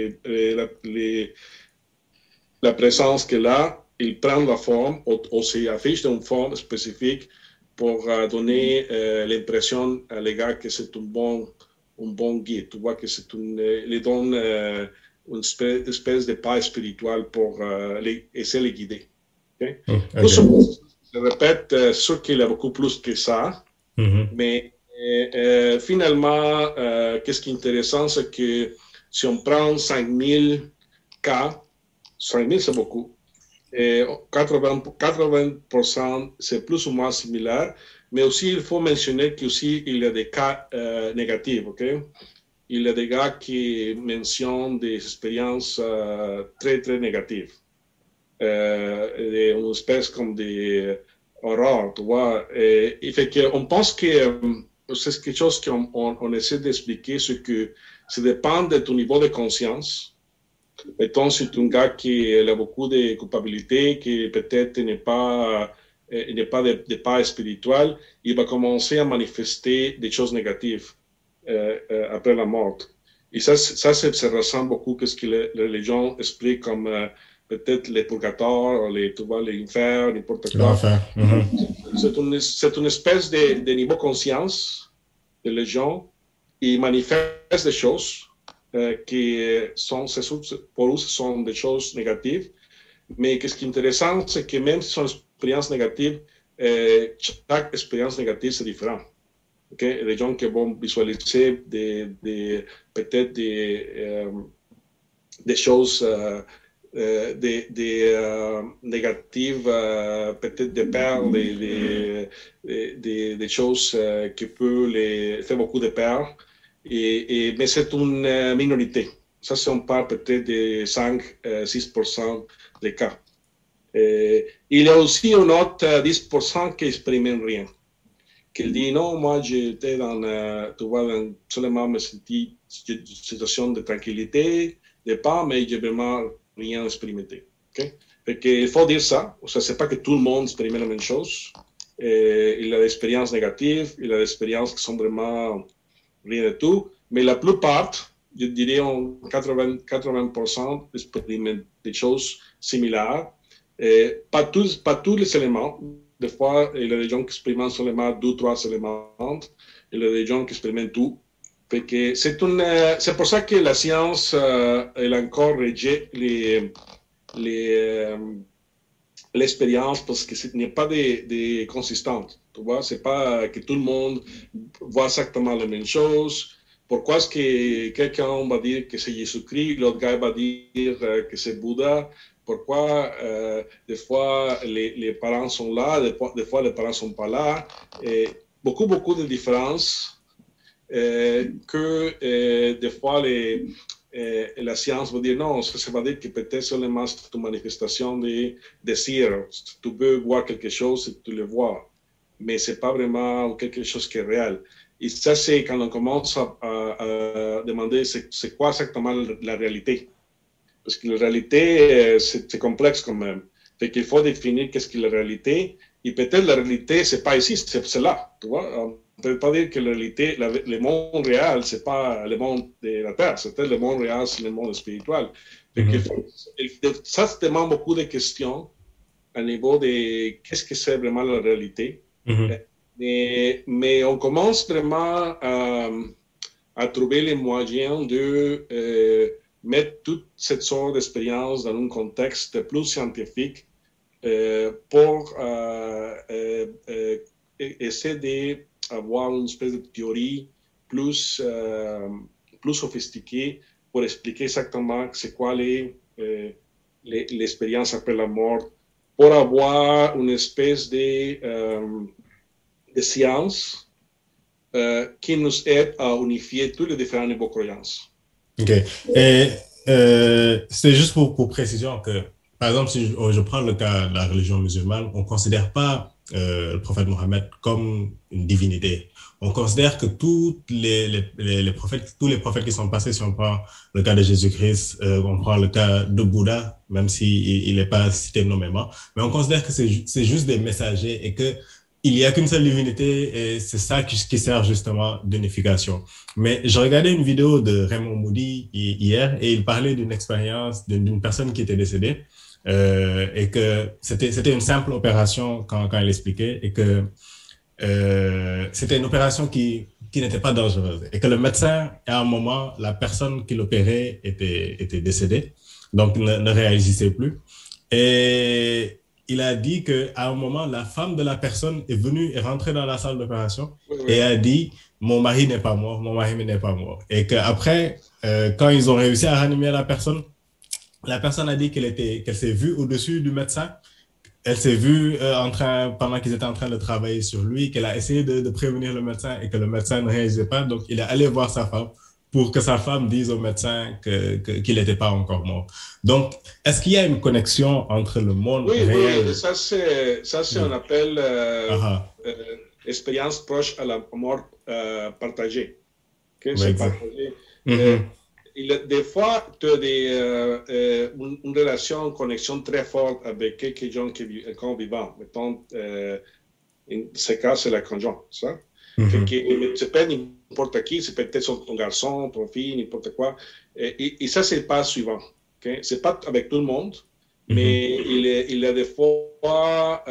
la présence qu'elle a, ils prennent la forme ou s'affichent d'une forme spécifique pour donner l'impression à les gars que c'est un bon guide. Tu vois que c'est les donne une espèce de pas spirituelle pour essayer de les guider. Okay? Okay. Je répète, sûr qu'il y a beaucoup plus que ça, mais finalement, qu'est-ce qui est intéressant, c'est que si on prend 5000 cas, 5000 c'est beaucoup, et 80% c'est plus ou moins similaire, mais aussi il faut mentionner qu'il y a des cas négatifs, ok? Il y a des gars qui mentionnent des expériences très, très négatives. Une espèce comme des horreurs, tu vois. Et fait qu'on pense que c'est quelque chose qu'on essaie d'expliquer, c'est que ça dépend de ton niveau de conscience. Mettons, si tu es un gars qui a beaucoup de culpabilité, qui peut-être n'est pas de pas spirituel, il va commencer à manifester des choses négatives. Après la mort. Et ça se ressent beaucoup que ce que les religions expliquent comme peut-être les purgatoires, l'infer, n'importe quoi. C'est une espèce de niveau de conscience de les gens. Ils manifestent des choses qui sont, pour eux, ce sont des choses négatives. Mais ce qui est intéressant, c'est que même si ce sont des expériences négatives, chaque expérience négative, c'est différent. Okay? Les gens qui vont visualiser peut-être des choses négatives, peut-être des peurs, des choses qui peuvent les faire beaucoup de peur, mais c'est une minorité. Ça, c'est on parle peut-être de 5-6% des cas. Il y a aussi un autre 10% qui n'expriment rien. Qui dit non, moi j'étais seulement me sentis une situation de tranquillité, de paix, mais j'ai vraiment rien expérimenté. Okay? Il faut dire ça. C'est pas que tout le monde expérimente la même chose. Il y a des expériences négatives, il y a des expériences qui sont vraiment rien du tout, mais la plupart, je dirais 80% expérimentent des choses similaires. Pas tous les éléments. Des fois, il y a des gens qui expérimentent seulement 2-3 éléments. Il y a des gens qui expérimentent tout. C'est pour ça que la science, elle encore rejette l'expérience parce que ce n'est pas des consistantes. Tu vois, c'est pas que tout le monde voit exactement la même chose. Pourquoi est-ce que quelqu'un va dire que c'est Jésus-Christ, l'autre gars va dire que c'est Bouddha? Pourquoi des fois les parents sont là, des fois les parents ne sont pas là. Et beaucoup de différences que des fois la science va dire non, ça va dire que peut-être seulement c'est une manifestation de désir. Tu peux voir quelque chose et tu le vois, mais ce n'est pas vraiment quelque chose qui est réel. Et ça, c'est quand on commence à demander c'est quoi exactement la réalité. Parce que la réalité, c'est complexe quand même. Fait qu'il faut définir qu'est-ce qu'est la réalité. Et peut-être la réalité, c'est pas ici, c'est là. Tu vois? On ne peut pas dire que la réalité, le monde réel, c'est pas le monde de la Terre. C'est peut-être le monde réel, c'est le monde spirituel. Fait que ça demande beaucoup de questions à niveau de qu'est-ce que c'est vraiment la réalité. Mais on commence vraiment à trouver les moyens de mettre toute cette sorte d'expérience dans un contexte plus scientifique pour essayer d'avoir une espèce de théorie plus sophistiquée pour expliquer exactement c'est quoi l'expérience après la mort, pour avoir une espèce de science qui nous aide à unifier tous les différents niveaux de croyances. OK. Et c'est juste pour précision que, par exemple, si je prends le cas de la religion musulmane, on ne considère pas le prophète Mohammed comme une divinité. On considère que tous les prophètes qui sont passés, si on prend le cas de Jésus-Christ, on prend le cas de Bouddha, même s'il n'est pas cité nommément, mais on considère que c'est juste des messagers et que il n'y a qu'une seule divinité et c'est ça qui sert justement d'unification. Mais je regardais une vidéo de Raymond Moody hier et il parlait d'une expérience d'une personne qui était décédée et que c'était une simple opération quand il expliquait et que c'était une opération qui n'était pas dangereuse et que le médecin, à un moment, la personne qui l'opérait était décédée, donc ne réagissait plus. Et il a dit qu'à un moment, la femme de la personne est venue et rentrée dans la salle d'opération et a dit « Mon mari n'est pas mort, mon mari n'est pas mort ». Et qu'après, quand ils ont réussi à ranimer la personne a dit qu'elle s'est vue au-dessus du médecin. Elle s'est vue pendant qu'ils étaient en train de travailler sur lui, qu'elle a essayé de prévenir le médecin et que le médecin ne réagissait pas. Donc, il est allé voir sa femme pour que sa femme dise au médecin qu'il n'était pas encore mort. Donc, est-ce qu'il y a une connexion entre le monde réel? Oui, ça c'est on appelle expérience proche à la mort partagée. Okay? C'est partagé. Des fois, tu as une relation, une connexion très forte avec quelques gens qui sont vivants. Mettons, dans ce cas, c'est la conjointe, ça. C'est pas n'importe qui, c'est peut-être ton garçon, ton fille, n'importe quoi. Et ça, c'est pas suivant. Okay? C'est pas avec tout le monde, mais il y a des fois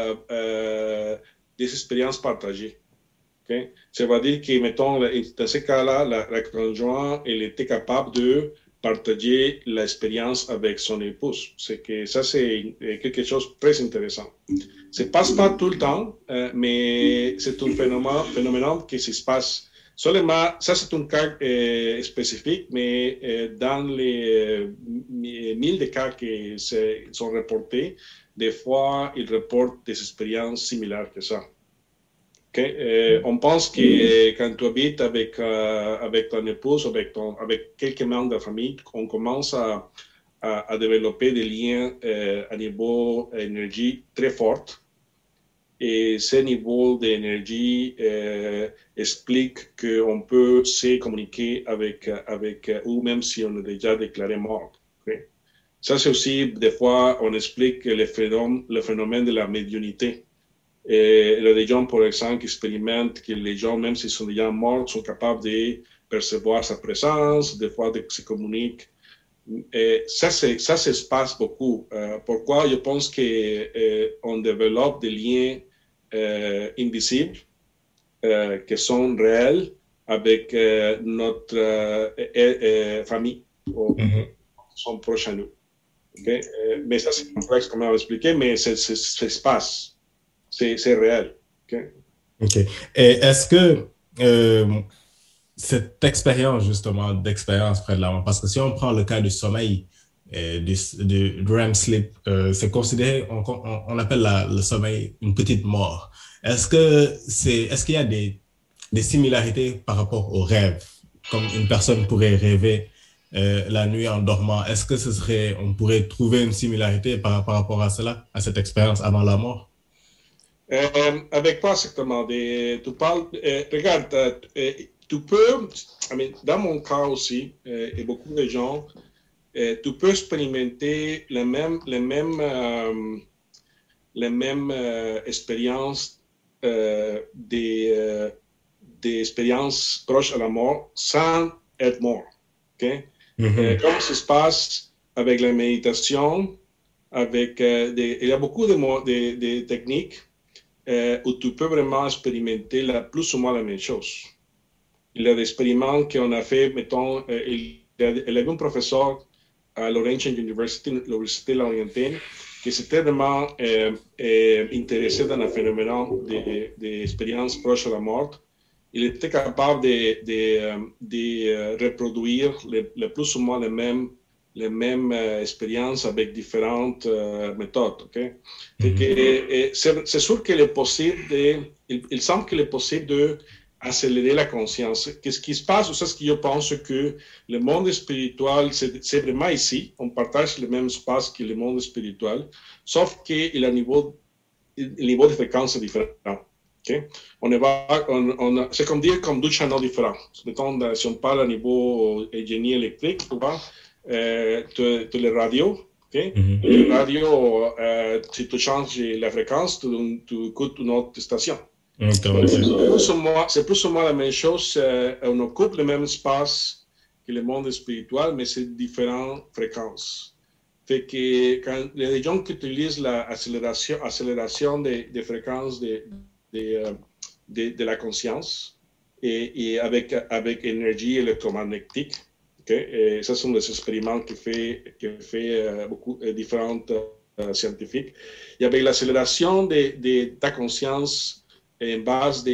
des expériences partagées. Okay? Ça veut dire que, mettons, dans ce cas-là, la conjointe, elle était capable de partager l'expérience avec son épouse. C'est que ça, c'est quelque chose de très intéressant. Ça ne passe pas tout le temps, mais c'est un phénomène qui se passe. Seulement, ça, c'est un cas spécifique, mais dans les 1000 de cas qui sont reportés, des fois, ils reportent des expériences similaires que ça. Okay? On pense que quand tu habites avec ton épouse, avec quelques membres de la famille, on commence à développer des liens à niveau énergie très forts. Et ce niveau d'énergie explique qu'on peut se communiquer avec eux, même si on est déjà déclaré mort. Okay? Ça, c'est aussi, des fois, on explique le phénomène de la médiumnité. Et il y a des gens, par exemple, qui expérimentent que les gens, même s'ils sont déjà morts, sont capables de percevoir sa présence, des fois de se communiquer. Et ça se passe beaucoup. Pourquoi je pense qu'on développe des liens invisibles qui sont réels avec notre famille ou sont proches à nous. Okay? Mais ça, c'est complexe, comme on l'a expliqué, mais ça se passe. C'est réel. Okay? OK. Et est-ce que cette expérience, justement, d'expérience près de la mort, parce que si on prend le cas du sommeil, du REM sleep, c'est considéré, on appelle le sommeil une petite mort. Est-ce qu'il y a des similarités par rapport au rêve, comme une personne pourrait rêver la nuit en dormant? Est-ce que on pourrait trouver une similarité par rapport à cela, à cette expérience avant la mort? Avec quoi exactement? Tu parles, regarde, tu peux, dans mon cas aussi, et beaucoup de gens, tu peux expérimenter les mêmes expériences des expériences proches à la mort sans être mort. Okay? Comment ça se passe avec la méditation, avec il y a beaucoup de techniques où tu peux vraiment expérimenter plus ou moins la même chose. Il y a des expériments qu'on a fait, mettons, il y avait un professeur à Laurentian University, l'Université Laurentienne, qui s'était vraiment intéressé dans le phénomène des expériences proches de la mort. Il était capable de reproduire le plus ou moins les mêmes expériences avec différentes méthodes. Okay? C'est sûr qu'il est possible il semble qu'il est possible d'accélérer la conscience. Qu'est-ce qui se passe? C'est ce que je pense que le monde spirituel, c'est vraiment ici. On partage le même espace que le monde spirituel, sauf qu'il a un niveau de fréquence différent. Okay? C'est comme dire comme deux channels différents. Mettons, si on parle à niveau génie électrique, tu vois, tu les radios. Okay? Les radios, si tu changes la fréquence, tu écoutes une autre station. C'est plus ou moins la même chose. On occupe le même espace que le monde spirituel, mais c'est différentes fréquences. Fait que quand les gens qui utilisent l'accélération des fréquences de la conscience et avec énergie électromagnétique, okay? Et ça sont des expériments que fait beaucoup différents scientifiques. Et avec l'accélération de ta conscience en base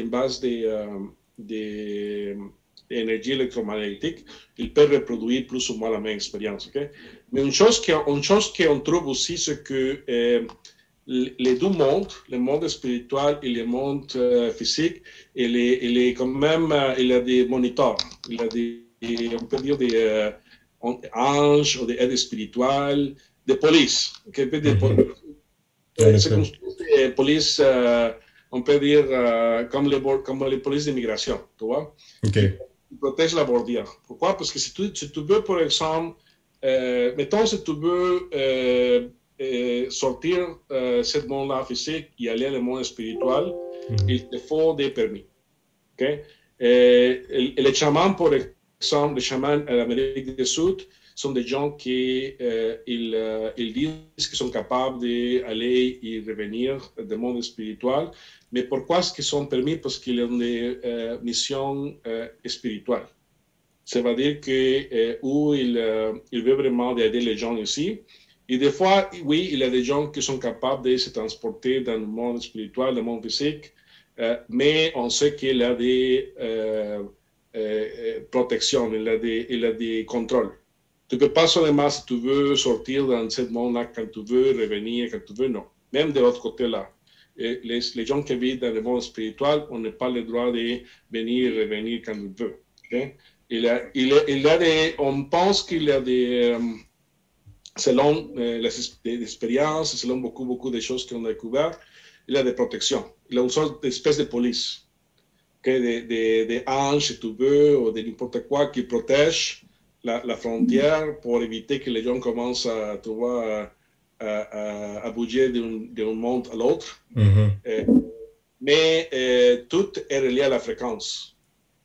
d'énergie électromagnétique, il peut reproduire plus ou moins la même expérience. Okay? Mais une chose qu'on trouve aussi, c'est que les deux mondes, le monde spirituel et le monde physique, il est quand même, il a des moniteurs, il a on peut dire des anges ou des aides spirituelles, des polices. Okay? C'est comme des polices, on peut dire comme les polices d'immigration, tu vois? Okay. Ils protègent la bordure. Pourquoi? Parce que si tu veux, par exemple, mettons, si tu veux sortir ce monde-là physique et aller dans le monde spirituel, il te faut des permis. Okay? Et les chamans, par exemple, les chamans en Amérique du Sud, sont des gens qui ils disent qu'ils sont capables d'aller et revenir du monde spirituel. Mais pourquoi est-ce qu'ils sont permis? Parce qu'ils ont des missions spirituelles. Ça veut dire que où ils veulent vraiment aider les gens ici. Et des fois, oui, il y a des gens qui sont capables de se transporter dans le monde spirituel, le monde physique, mais on sait qu'il y a des protections, il y a des contrôles. Tu ne peux pas seulement, si tu veux, sortir dans ce monde-là quand tu veux, revenir quand tu veux, non. Même de l'autre côté-là. Les gens qui vivent dans le monde spirituel, on n'a pas le droit de venir et revenir quand on veut. Okay? On pense qu'il y a des... selon les expériences, selon beaucoup de choses qu'on a découvertes, il y a des protections. Il y a une sorte d'espèce de police. Okay? Des anges, si tu veux, ou de n'importe quoi qui protègent la frontière pour éviter que les gens commencent à, tu vois, à bouger d'un monde à l'autre. Mais tout est relié à la fréquence.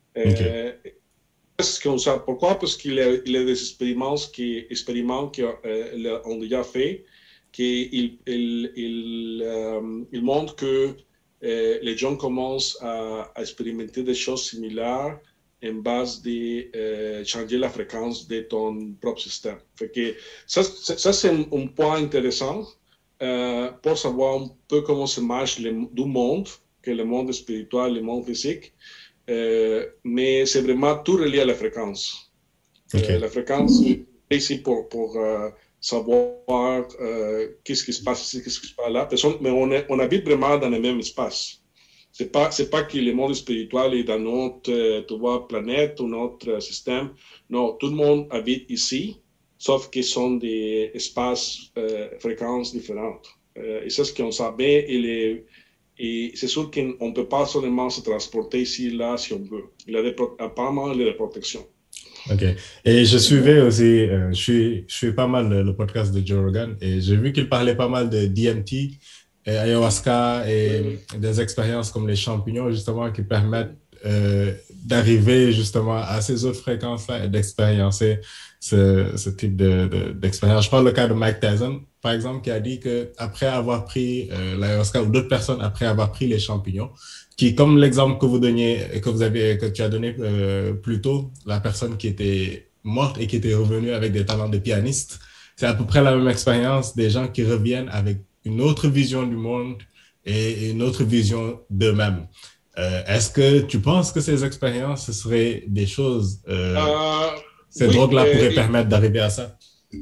Pourquoi? Parce qu'il y a des expériments qu'on a déjà fait qui montrent que les gens commencent à expérimenter des choses similaires en base de changer la fréquence de ton propre système. Fait que ça c'est un point intéressant pour savoir un peu comment ça marche le monde, que le monde spirituel, le monde physique, mais c'est vraiment tout relié à la fréquence. Okay. La fréquence est ici pour savoir qu'est-ce qui se passe ici, qu'est-ce qui se passe là. Mais on habite vraiment dans le même espace. C'est pas que le monde spirituel est dans notre planète ou notre système. Non, tout le monde habite ici, sauf qu'ils sont des espaces, fréquences différentes. Et c'est ce qu'on sait. Et c'est sûr qu'on ne peut pas seulement se transporter ici, là, si on veut. Apparemment, il y a des protections. OK. Et je suivais aussi, je suis pas mal le podcast de Joe Rogan et j'ai vu qu'il parlait pas mal de DMT, et ayahuasca et Oui, des expériences comme les champignons justement qui permettent d'arriver justement à ces autres fréquences-là et d'expériencer ce type d'expérience. Je prends le cas de Mike Tyson, par exemple, qui a dit que après avoir pris l'ayahuasca ou d'autres personnes après avoir pris les champignons, qui, comme l'exemple que vous donniez, que tu as donné plus tôt, la personne qui était morte et qui était revenue avec des talents de pianiste, c'est à peu près la même expérience des gens qui reviennent avec une autre vision du monde et une autre vision d'eux-mêmes. Est-ce que tu penses que ces expériences, ce seraient des choses, ces oui, drogues-là pourraient permettre d'arriver à ça?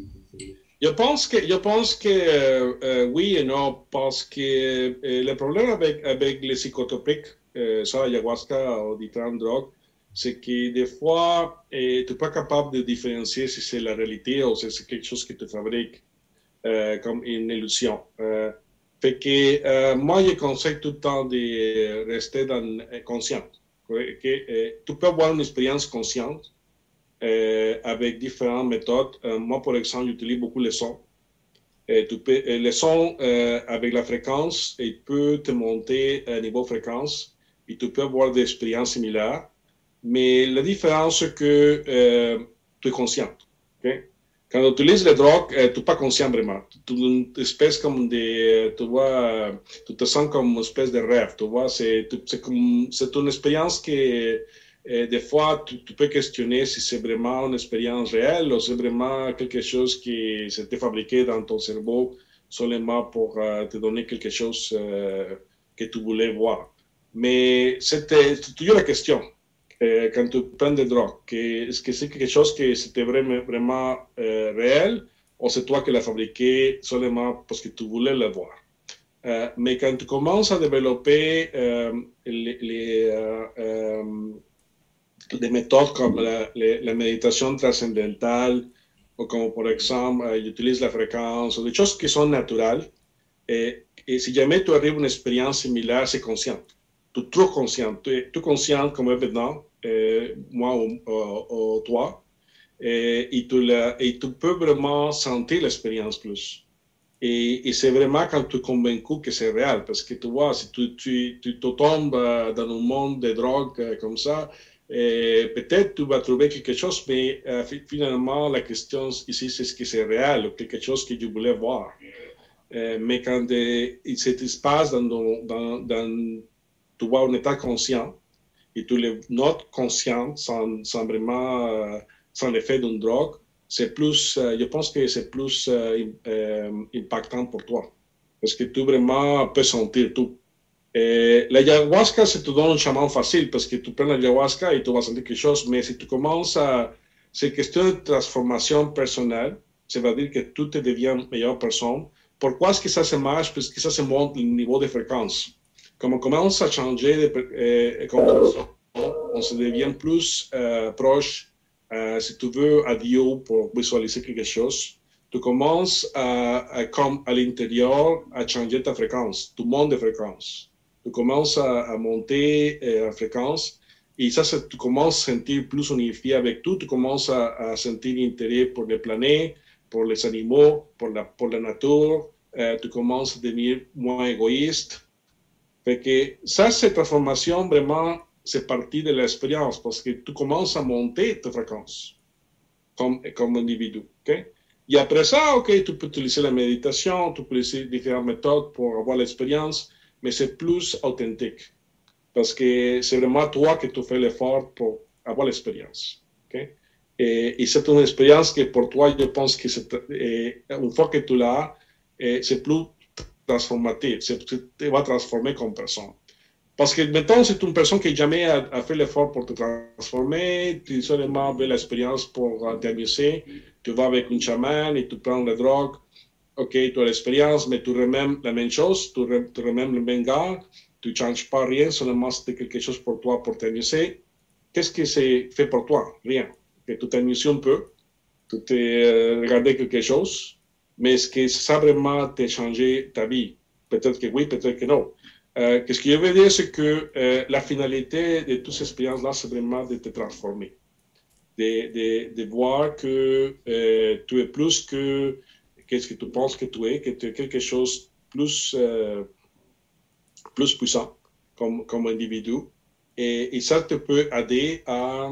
je pense que oui et non, parce que le problème avec les psychotropiques, soit ayahuasca ou différentes drogues, c'est que des fois, tu n'es pas capable de différencier si c'est la réalité ou si c'est quelque chose que tu fabriques comme une illusion. Fait que moi, je conseille tout le temps de rester conscient. Tu peux avoir une expérience consciente avec différentes méthodes. Moi, par exemple, j'utilise beaucoup les sons. Les sons avec la fréquence, il peut te monter à niveau fréquence et tu peux avoir des expériences similaires. Mais la différence, c'est que tu es conscient. Okay? Quand tu utilises les drogues, tu n'es pas conscient vraiment. Tu une espèce comme tu vois, tu te sens comme une espèce de rêve. Tu vois, c'est une expérience que des fois, tu peux questionner si c'est vraiment une expérience réelle ou c'est vraiment quelque chose qui s'était fabriqué dans ton cerveau seulement pour te donner quelque chose que tu voulais voir. Mais c'était toujours la question. Quand tu prends des drogues, est-ce que c'est quelque chose qui c'était vraiment réel ou c'est toi qui l'as fabriqué seulement parce que tu voulais le voir? Mais quand tu commences à développer des méthodes comme la méditation transcendantale, ou comme par exemple, j'utilise la fréquence, ou des choses qui sont naturelles, et si jamais tu arrives à une expérience similaire, c'est conscient. Tu es trop conscient. Tu es conscient comme maintenant, moi ou toi, et tu peux vraiment sentir l'expérience plus. Et c'est vraiment quand tu es convaincu que c'est réel, parce que tu vois, si tu tombes dans un monde de drogue comme ça, peut-être tu vas trouver quelque chose, mais finalement, la question ici, c'est ce que c'est réel, ou quelque chose que je voulais voir. Mais quand il se passe tu vois un état conscient, et tu le notes conscient sans vraiment, sans l'effet d'une drogue, c'est plus, je pense que c'est plus impactant pour toi. Parce que tu vraiment peux sentir tout. L'ayahuasca, c'est te donne un chemin facile parce que tu prends l'ayahuasca et tu vas sentir quelque chose. Mais si tu commences à. C'est question de transformation personnelle. Ça veut dire que tu te deviens une meilleure personne. Pourquoi est-ce que ça se marche? Parce que ça se monte le niveau de fréquence. Comme on commence à changer on se devient plus proche, si tu veux, à Dieu pour visualiser quelque chose. Tu commences comme à l'intérieur, à changer ta fréquence, tu montes de fréquence. Tu commences à monter en fréquence et ça, tu commences à sentir plus unifié avec tout. Tu commences à sentir l'intérêt pour les planètes, pour les animaux, pour la nature. Tu commences à devenir moins égoïste. Fait que ça, cette transformation, vraiment, c'est partie de l'expérience parce que tu commences à monter ta fréquence comme individu. Okay? Et après ça, ok, tu peux utiliser la méditation, tu peux utiliser différentes méthodes pour avoir l'expérience, mais c'est plus authentique parce que c'est vraiment toi que tu fais l'effort pour avoir l'expérience. Okay? Et c'est une expérience que pour toi, je pense que une fois que tu l'as, c'est plus transformatif, te va transformer comme personne. Parce que maintenant, c'est une personne qui jamais a fait l'effort pour te transformer, tu seulement veux l'expérience pour t'amuser, tu vas avec un chaman et tu prends la drogue, ok, tu as l'expérience, mais tu remets la même chose, tu remets le même gars, tu ne changes pas rien, seulement c'est quelque chose pour toi, pour t'amuser. Qu'est-ce que c'est fait pour toi? Rien. Que tu t'amuses un peu, tu t'es regardé quelque chose, mais est-ce que ça vraiment t'a changé ta vie? Peut-être que oui, peut-être que non. Ce que je veux dire, c'est que la finalité de toutes ces expériences-là, c'est vraiment de te transformer. de voir que tu es plus que qu'est-ce que tu penses que tu es quelque chose plus puissant comme individu. Et ça te peut aider à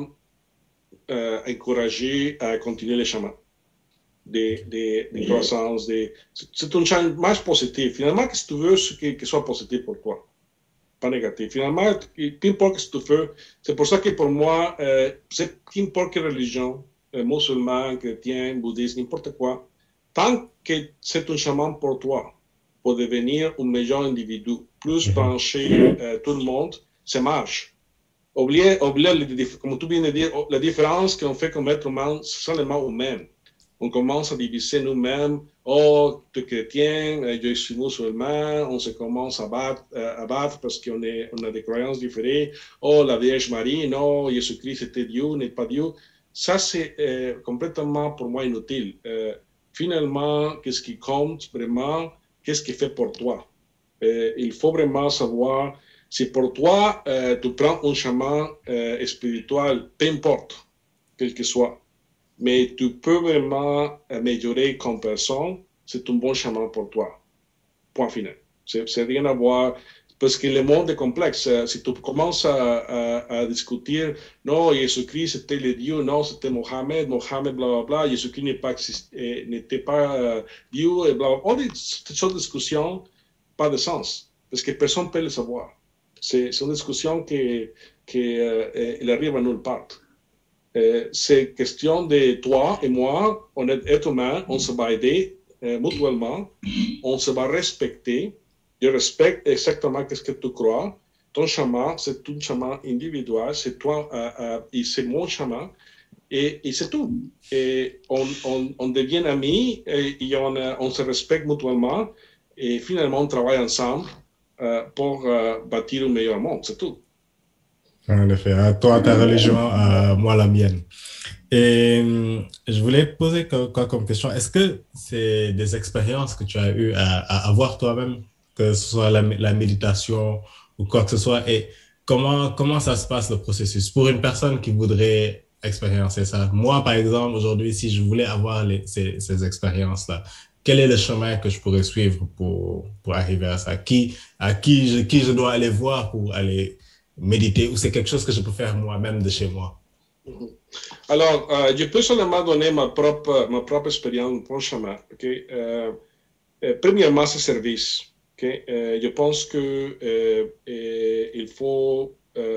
encourager à continuer le chemin de croissance. C'est un changement positif. Finalement, qu'est-ce que tu veux que soit positif pour toi, pas négatif. Finalement, peu importe ce que tu fais, c'est pour ça que pour moi, c'est peu importe quelle religion, musulman, chrétien, bouddhiste, n'importe quoi, tant que c'est un chemin pour toi, pour devenir un meilleur individu, plus branché tout le monde, ça marche. Oublier, comme tu viens de dire, la différence qu'on fait comme être humain, c'est seulement humain. On commence à diviser nous-mêmes. Oh, tu es chrétien, je suis musulman. On se commence à battre parce qu'on a des croyances différentes. Oh, la Vierge Marie, non, Jésus-Christ était Dieu, n'est pas Dieu. Ça, c'est complètement pour moi inutile. Finalement, qu'est-ce qui compte vraiment? Qu'est-ce qui fait pour toi? Il faut vraiment savoir. Si pour toi, tu prends un chemin spirituel, peu importe, quel que soit, mais tu peux vraiment améliorer comme personne, c'est un bon chemin pour toi. Point final. C'est rien à voir, parce que le monde est complexe. Si tu commences à discuter, non, Jésus-Christ c'était le Dieu, non, c'était Mohamed, blablabla, Jésus-Christ n'était pas Dieu, et blablabla. Toutes ces discussions, pas de sens, parce que personne ne peut le savoir. C'est une discussion qui arrive à nulle part. C'est question de toi et moi, on est êtres humains, on se va aider mutuellement, on se va respecter. Je respecte exactement ce que tu crois. Ton chemin, c'est un chemin individuel, c'est toi et c'est mon chemin, et c'est tout. Et on devient amis, et on se respecte mutuellement, et finalement on travaille ensemble. Pour bâtir un meilleur monde, c'est tout. En effet, toi, ta religion, moi, la mienne. Et je voulais poser quoi comme question, est-ce que c'est des expériences que tu as eues à avoir toi-même, que ce soit la méditation ou quoi que ce soit, et comment ça se passe le processus pour une personne qui voudrait expérimenter ça? Moi, par exemple, aujourd'hui, si je voulais avoir ces expériences-là, quel est le chemin que je pourrais suivre pour arriver à ça? Qui je dois aller voir pour aller méditer, ou c'est quelque chose que je peux faire moi-même de chez moi? Alors, je peux seulement donner ma propre expérience, mon propre chemin. Okay? Premièrement, c'est service. Okay? Je pense que il faut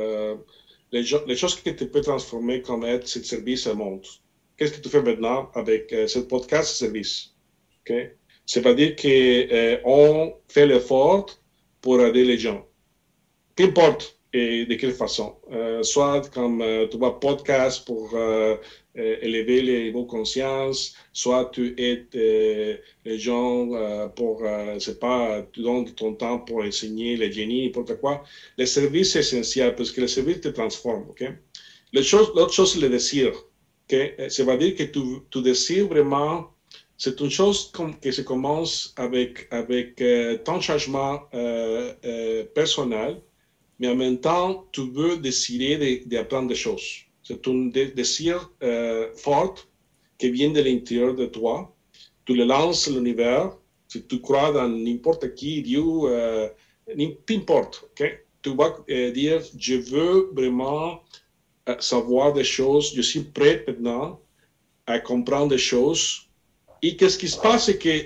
les choses que tu peux transformer comme être, c'est service au monde. Qu'est-ce que tu fais maintenant avec ce podcast, c'est service. Okay? C'est-à-dire qu'on fait l'effort pour aider les gens. Qu'importe et de quelle façon. Soit comme tu vois podcast pour élever les niveaux de conscience, soit tu aides les gens pour, c'est pas, tu donnes ton temps pour enseigner les génies, n'importe quoi. Le service est essentiel parce que le service te transforme. Okay? L'autre chose, c'est le désir. Okay? Ça veut dire que tu désires vraiment. C'est une chose qui se commence avec ton changement personnel, mais en même temps, tu veux décider d'apprendre des choses. C'est un désir fort qui vient de l'intérieur de toi. Tu le lances à l'univers. Si tu crois dans n'importe qui, Dieu, peu importe. Okay? Tu vas dire, je veux vraiment savoir des choses. Je suis prêt maintenant à comprendre des choses. Et qu'est-ce qui se passe, c'est que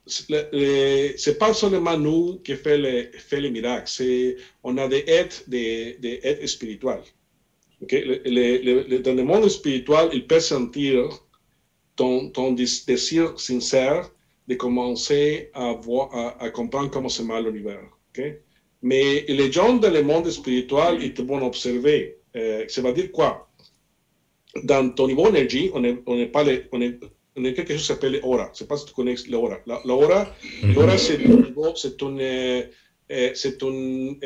c'est pas seulement nous qui fait les miracles, on a des aides spirituels. Okay? Dans le monde spirituel, il peut sentir ton désir sincère de commencer à comprendre comment se marche l'univers. Okay? Mais les gens dans le monde spirituel, ils te vont observer. Ça veut dire quoi? Dans ton niveau d'énergie, on est quelque chose qui s'appelle aura. Je ne sais pas si tu connais l'aura. L'aura, c'est une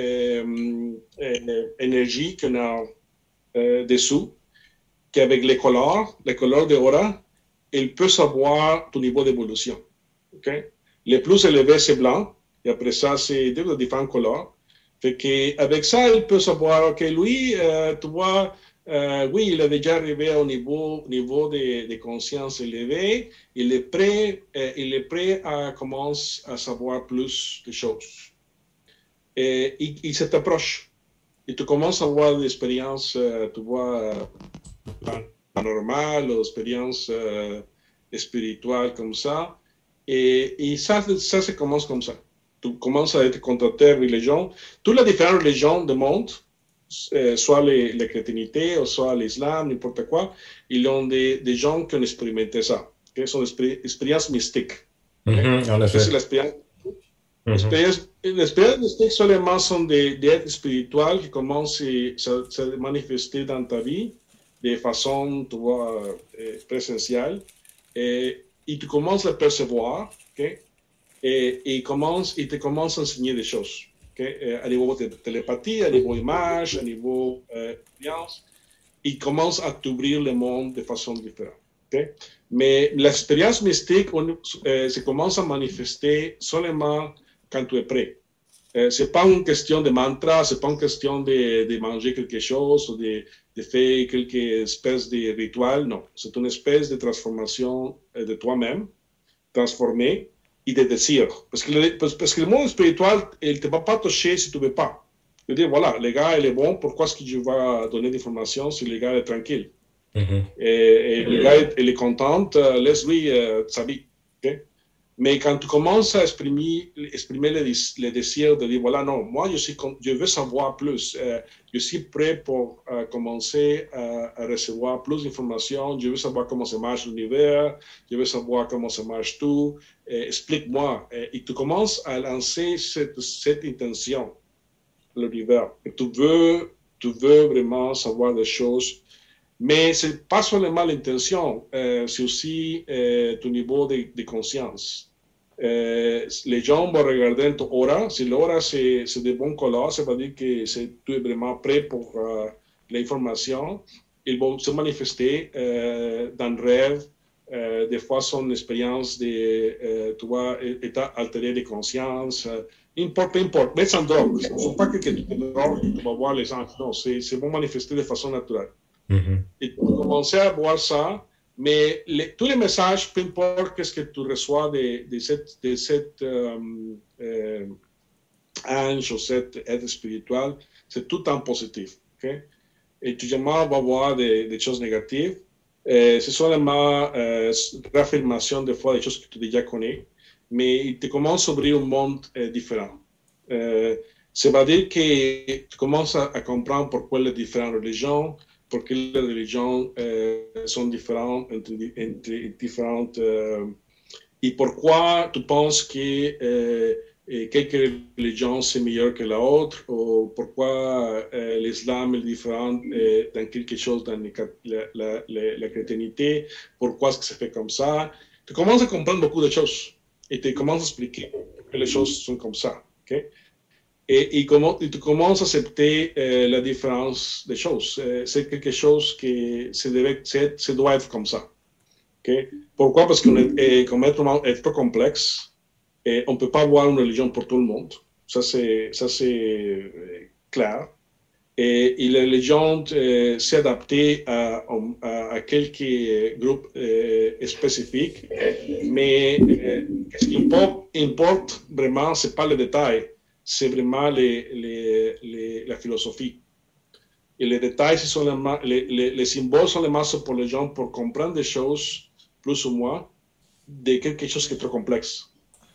énergie qu'on a dessous, qu'avec les couleurs de aura, il peut savoir ton niveau d'évolution. Okay? Le plus élevé, c'est blanc, et après ça, c'est de différentes couleurs. Fait qu'avec ça, il peut savoir, OK, lui, tu vois, Oui, il est déjà arrivé au niveau de conscience élevé. Il est prêt à commencer à savoir plus de choses. Et il se t'approche. Et tu commences à avoir des expériences, tu vois, paranormales, ou expériences spirituelles comme ça. Et ça se commence comme ça. Tu commences à être contacté avec les gens. Toutes les différentes religions du monde, soit la chrétienté, ou soit l'islam, n'importe quoi, ils ont des gens qui ont expérimenté ça. Okay? Ce sont des expériences mystiques. Okay? En effet. C'est l'expérience. L'expérience mystique seulement sont des êtres spirituels qui commencent à se manifester dans ta vie de façon, tu vois, présentielle. Et tu commences à percevoir, okay? Et ils te commencent à enseigner des choses. Okay? À niveau de télépathie, à niveau image, à niveau expérience, ils commencent à t'ouvrir le monde de façon différente. Okay? Mais l'expérience mystique se commence à manifester seulement quand tu es prêt. C'est pas une question de mantra, c'est pas une question de manger quelque chose ou de faire quelque espèce de rituel, non. C'est une espèce de transformation de toi-même, transformé, et de désir. Parce que le monde spirituel, il ne te va pas toucher si tu ne veux pas. Je veux dire, voilà, le gars, il est bon, pourquoi est-ce que je vais donner des informations si le gars est tranquille? Et le gars, il est content, laisse-lui sa vie. Okay? Mais quand tu commences à exprimer le désir de dire, voilà, non, moi, je veux savoir plus. Je suis prêt pour commencer à recevoir plus d'informations. Je veux savoir comment ça marche l'univers. Je veux savoir comment ça marche tout. Explique-moi. Et tu commences à lancer cette intention à l'univers. Et tu veux vraiment savoir des choses. Mais ce n'est pas seulement l'intention, c'est aussi ton niveau de conscience. Les gens vont regarder ton aura. Si l'aura c'est de bon couleur, ça veut dire que tu es vraiment prêt pour l'information. Ils vont se manifester dans le rêve. Des fois, son expérience de état altéré de conscience. Peu importe. Mais sans drogue. Ce ne sont pas que tu drogues, tu vas voir les anges. Non, c'est vont manifester de façon naturelle. Et tu commences à voir ça, mais tous les messages, peu importe ce que tu reçois de cet ange ou cet être spirituel, c'est tout en positif. Okay? Et tu jamais vas voir des choses négatives. C'est seulement réaffirmation des fois des choses que tu déjà connais, mais il te commence à ouvrir un monde différent. Ça veut dire que tu commences à comprendre pourquoi les différentes religions, porque les religions sont différentes entre différentes et pourquoi tu penses que quelques religions c'est meilleur que l'autre ou pourquoi l'islam est différent dans quelque chose dans la chrétienté, pourquoi est-ce que ça fait comme ça. Tu commences à comprendre beaucoup de choses et tu commences à expliquer que les choses sont comme ça. Okay? Et tu commences à accepter la différence des choses. C'est quelque chose qui doit être comme ça. Okay? Pourquoi? Parce qu'on est comme être humain est trop complexe et on ne peut pas avoir une religion pour tout le monde. Ça, c'est clair. Et la religion s'est adaptée à quelques groupes spécifiques. Mais ce qui importe vraiment, ce n'est pas le détail. C'est vraiment la philosophie. Et les détails, les symboles sont les masses pour les gens pour comprendre des choses, plus ou moins, de quelque chose qui est trop complexe.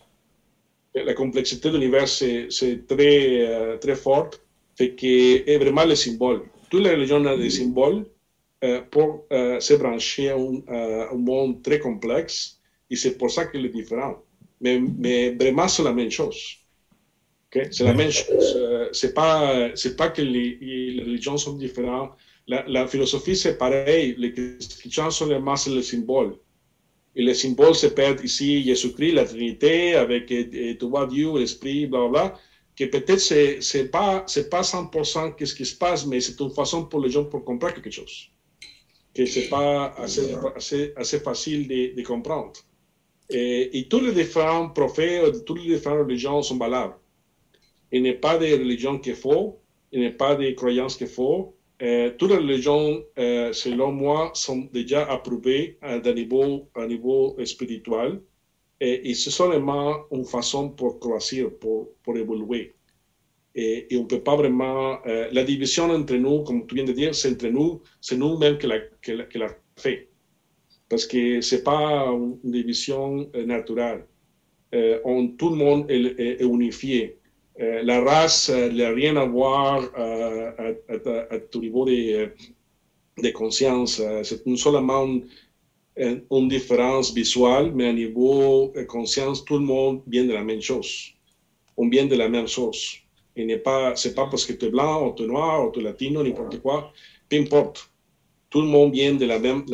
La complexité de l'univers, c'est très, très forte, fait que est vraiment les symboles. Toutes les religions ont des symboles pour se brancher à un monde très complexe, et c'est pour ça qu'il est différent. Mais vraiment, c'est la même chose. Okay? C'est la même chose. C'est pas que les religions sont différentes. La philosophie, c'est pareil. Les chrétiens sont les masses les symboles. Et les symboles se perdent ici, Jésus-Christ, la Trinité, avec tu vois Dieu, l'Esprit, blablabla, que peut-être c'est pas 100% qu'est-ce qui se passe, mais c'est une façon pour les gens pour comprendre quelque chose. Que c'est pas assez facile de comprendre. Et tous les différents prophètes, toutes les différentes religions sont valables. Il n'y a pas de religion qu'il faut, il n'y a pas de croyance qu'il faut. toutes les religions, selon moi, sont déjà approuvées d'un niveau spirituel. Et c'est seulement une façon pour croître, pour évoluer. Et on ne peut pas vraiment... la division entre nous, comme tu viens de dire, c'est entre nous, c'est nous-mêmes qui l'a fait. Parce que ce n'est pas une division naturelle. Tout le monde est unifié. La race n'a rien à voir à ton niveau de conscience. C'est seulement une différence visuelle, mais à niveau de conscience, tout le monde vient de la même chose. On vient de la même chose. Et c'est pas parce que tu es blanc, ou tu es noir, ou tu es latino, n'importe quoi. Peu importe. Tout le monde vient de la même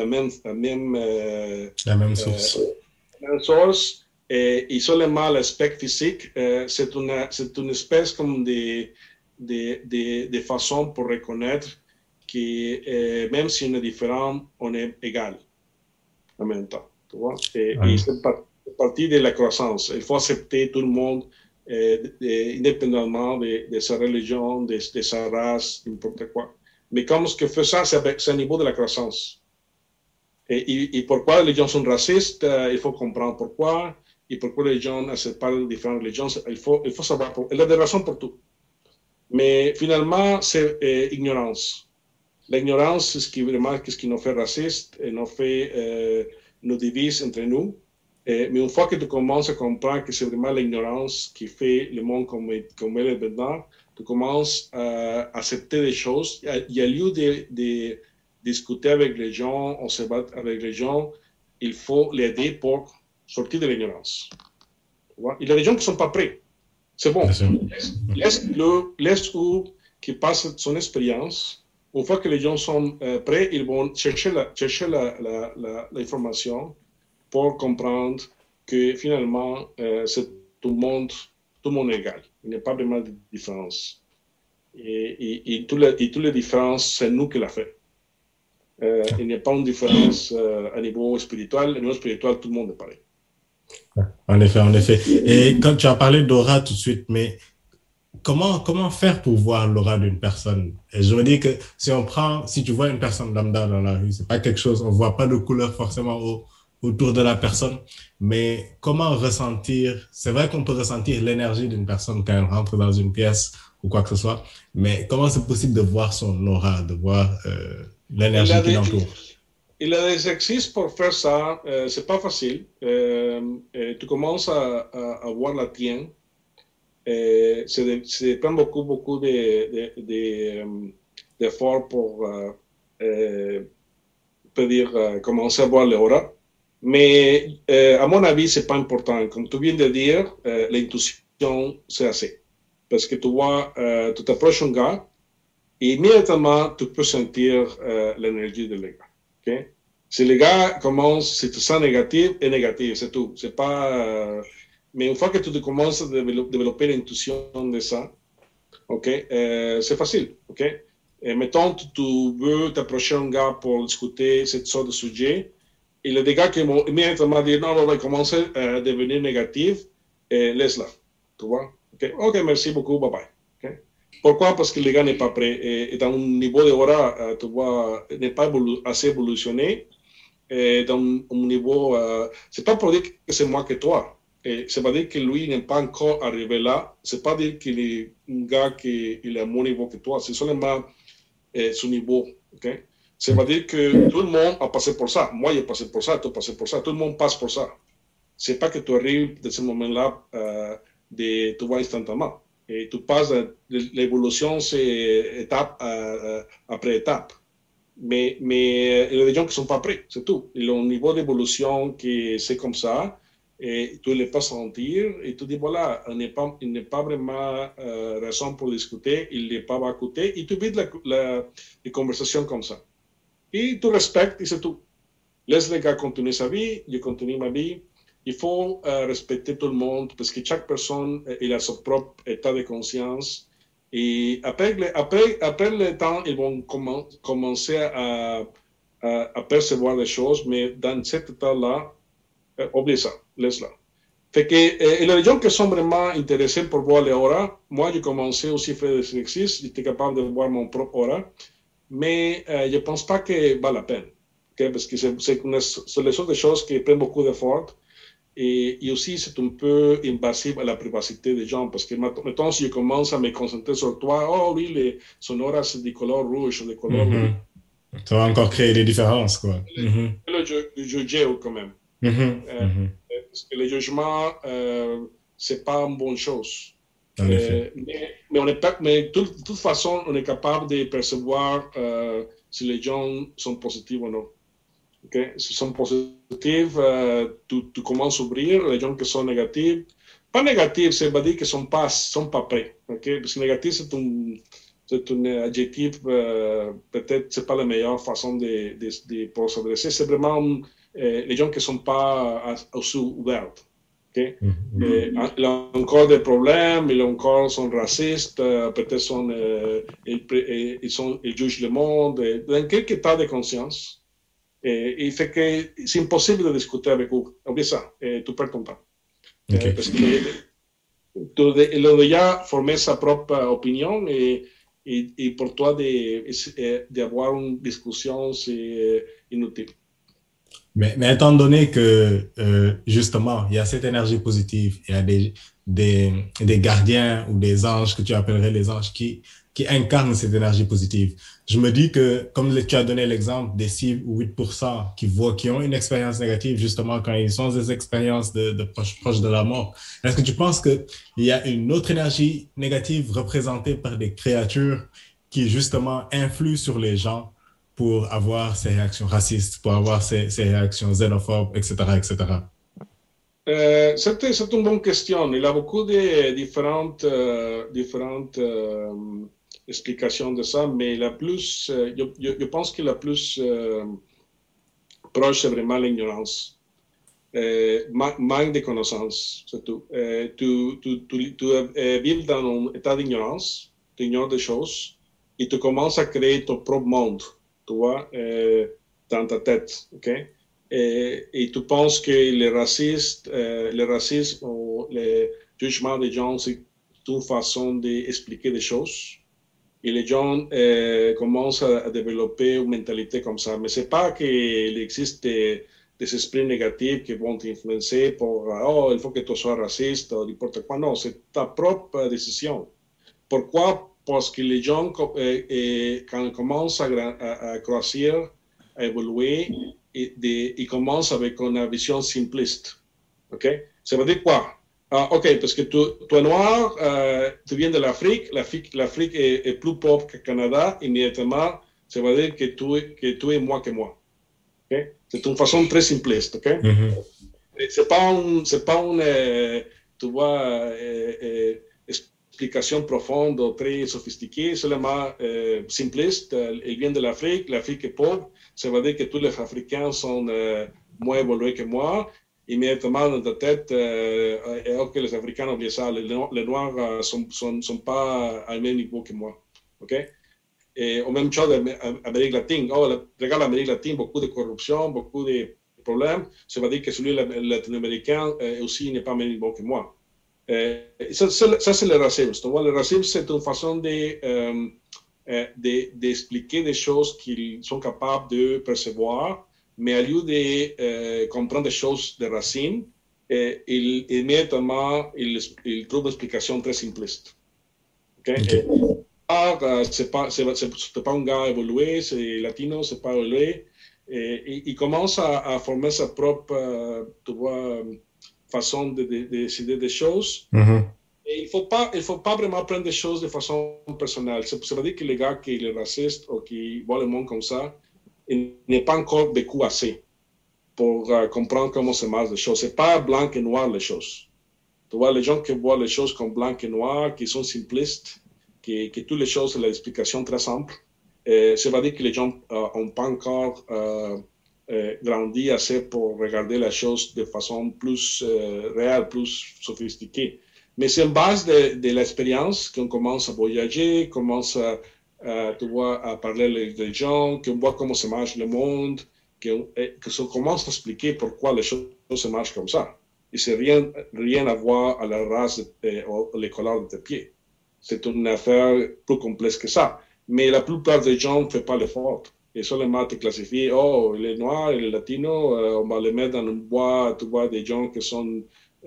source. Et seulement l'aspect physique, c'est une espèce comme de façon pour reconnaître que même si on est différent, on est égal en même temps. Tu vois? Et c'est partie de la croissance. Il faut accepter tout le monde, indépendamment de sa religion, de sa race, n'importe quoi. Mais comme ce que fait ça, c'est au niveau de la croissance. Et pourquoi les gens sont racistes, il faut comprendre pourquoi. Et pourquoi les gens n'acceptent pas les différentes religions, il faut savoir. Il y a des raisons pour tout. Mais finalement, c'est ignorance. L'ignorance, c'est ce qui nous fait racistes et nous divise entre nous. Mais une fois que tu commences à comprendre que c'est vraiment l'ignorance qui fait le monde comme il est maintenant, tu commences à accepter des choses. Il y a lieu de discuter avec les gens, on se bat avec les gens. Il faut l'aider pour sortir de l'ignorance. Il y a des gens qui ne sont pas prêts. C'est bon. Laisse-le qui passe son expérience. Une fois que les gens sont prêts, ils vont chercher l'information pour comprendre que finalement, c'est tout le monde est égal. Il n'y a pas vraiment de différence. Et toutes les différences, c'est nous qui l'a fait. Il n'y a pas une différence à niveau spirituel. À niveau spirituel, tout le monde est pareil. En effet. Et quand tu as parlé d'aura tout de suite, mais comment faire pour voir l'aura d'une personne? Et je me dis que si tu vois une personne lambda dans la rue, c'est pas quelque chose, on voit pas de couleur forcément autour de la personne, mais comment ressentir? C'est vrai qu'on peut ressentir l'énergie d'une personne quand elle rentre dans une pièce ou quoi que ce soit, mais comment c'est possible de voir son aura, de voir l'énergie qui l'entoure? Il y a des exercices pour faire ça, c'est pas facile. Tu commences à voir la tienne. Ça prend beaucoup d'efforts pour commencer à voir l'aura. Mais à mon avis, c'est pas important. Comme tu viens de dire, l'intuition, c'est assez. Parce que tu vois, tu t'approches un gars et immédiatement, tu peux sentir l'énergie de le gars. Okay? Si le gars commence, si tu sens négatif, est négatif, c'est tout. C'est pas... mais une fois que tu commences à développer l'intuition de ça, okay, c'est facile. Okay? Et mettons, tu veux t'approcher un gars pour discuter cette sorte de sujet, et les gars qui vont immédiatement dire non, on va commencer à devenir négatif, laisse-la. Tu vois? Ok, merci beaucoup, bye bye. Okay? Pourquoi? Parce que le gars n'est pas prêt. Et dans un niveau d'aura, tu vois, n'est pas assez évolutionné. Et dans un niveau, c'est pas pour dire que c'est moi que toi. Et ça veut dire que lui n'est pas encore arrivé là. C'est pas dire qu'il est un gars qui est à mon niveau que toi. C'est seulement son niveau. Okay? Ça veut dire que tout le monde a passé pour ça. Moi, j'ai passé pour ça, tu as passé pour ça. Tout le monde passe pour ça. C'est pas que tu arrives de ce moment-là, tu vois instantanément. Et tu passes, l'évolution, c'est étape après étape. Mais il y a des gens qui ne sont pas prêts, c'est tout. Ils ont un niveau d'évolution qui c'est comme ça, et tu ne les pas sentir, et tu dis voilà, il n'est pas vraiment raison pour discuter, il n'est pas va écouter, et tu vides les conversations comme ça. Et tu respectes, et c'est tout. Laisse les gars continuer sa vie, je continue ma vie. Il faut respecter tout le monde, parce que chaque personne il a son propre état de conscience. Et après le temps, ils vont commencer à percevoir les choses, mais dans cet état-là, oublie ça, laisse-la. Fait que les gens qui sont vraiment intéressés pour voir les auras, moi j'ai commencé aussi à faire des exercices, j'étais capable de voir mon propre aura, mais je ne pense pas que vaut la peine. Okay? Parce que c'est les sortes de choses qui prennent beaucoup d'efforts. Et aussi, c'est un peu invasif à la privacité des gens. Parce que maintenant, si je commence à me concentrer sur toi, oh oui, son aura, c'est du couleur rouge, des couleurs rouges. Ça va encore créer des différences, quoi. Le juger quand même. Parce que le jugement, c'est pas une bonne chose. Mais de toute façon, on est capable de percevoir si les gens sont positifs ou non. Okay? Si sont positifs, tu commences à ouvrir. Les gens qui sont négatifs, pas négatifs, ça veut dire qu'ils sont pas prêts. Okay? Parce que négatif, c'est un adjectif, peut-être c'est pas la meilleure façon pour s'adresser. C'est vraiment les gens qui sont pas aussi ouverts. Okay? Il a encore des problèmes, ils encore sont racistes, peut-être ils jugent le monde, dans quel état de conscience. Il fait que c'est impossible de discuter avec eux. Oublie ça, tu perds ton temps. Okay. Parce que il a déjà formé sa propre opinion et pour toi d'avoir une discussion, c'est inutile. Mais étant donné que, justement, il y a cette énergie positive, il y a des gardiens ou des anges que tu appellerais les anges qui incarnent cette énergie positive. Je me dis que, comme tu as donné l'exemple des 6 ou 8% qui ont une expérience négative, justement, quand ils sont des expériences de proches de la mort, est-ce que tu penses qu'il y a une autre énergie négative représentée par des créatures qui, justement, influent sur les gens pour avoir ces réactions racistes, pour avoir ces réactions xénophobes, etc., etc.? C'est une bonne question. Il y a beaucoup de différentes explications de ça, mais la plus, je pense que la plus proche, c'est vraiment l'ignorance. Manque de connaissances, c'est tout. Tu vis dans un état d'ignorance, tu ignores des choses, et tu commences à créer ton propre monde, tu vois, dans ta tête, ok? Et tu penses que le racisme ou le jugement des gens, c'est une façon d'expliquer des choses. Et les gens commencent à développer une mentalité comme ça. Mais c'est pas qu'il existe des esprits négatifs qui vont t'influencer pour il faut que tu sois raciste ou n'importe quoi. Non, c'est ta propre décision. Pourquoi? Parce que les gens, quand ils commencent à grossir, à évoluer, ils commencent avec une vision simpliste. OK? Ça veut dire quoi? OK, parce que tu es noir, tu viens de l'Afrique, l'Afrique est plus pauvre que le Canada, immédiatement, ça veut dire que tu es moins que moi. Okay? C'est une façon très simpliste. OK? C'est pas une tu vois, explication profonde ou très sophistiquée, seulement simpliste. Il vient de l'Afrique est pauvre, ça veut dire que tous les Africains sont moins évolués que moi. Immédiatement dans ta tête, alors que les Africains ont oublié ça, les Noirs sont pas au même niveau que moi. OK? Et au même chose en Amérique latine. Regarde l'Amérique latine, beaucoup de corruption, beaucoup de problèmes. Ça veut dire que celui latino-américain aussi n'est pas au même niveau que moi. Ça c'est le racisme. Le racisme, c'est une façon d'expliquer des choses qu'ils sont capables de percevoir, mais au lieu de comprendre des choses de racines, immédiatement, il trouve une explication très simpliste. Okay? C'est pas un gars évolué, c'est latino, c'est pas évolué. Il commence à former sa propre façon de décider des choses. Et il faut pas vraiment prendre des choses de façon personnelle. Ça veut dire que les gars qui sont racistes ou qui voient le monde comme ça, il n'est pas encore vécu assez pour comprendre comment se marchent les choses. C'est pas blanc et noir les choses. Tu vois, les gens qui voient les choses comme blanc et noir, qui sont simplistes, que toutes les choses, c'est l'explication très simple, ça veut dire que les gens n'ont pas encore grandi assez pour regarder la chose de façon plus réelle, plus sophistiquée. Mais c'est en base de l'expérience qu'on commence à voyager, commence tu vois, à parler avec les gens, qu'on voit comment ça marche le monde, que ça commence à expliquer pourquoi les choses se marchent comme ça. Et c'est rien à voir à la race ou les couleurs de tes pieds. C'est une affaire plus complexe que ça. mais la plupart des gens ne font pas l'effort. Et seulement te classifier, oh, les Noirs et les Latinos, on va les mettre dans une boîte, tu vois, des gens qui sont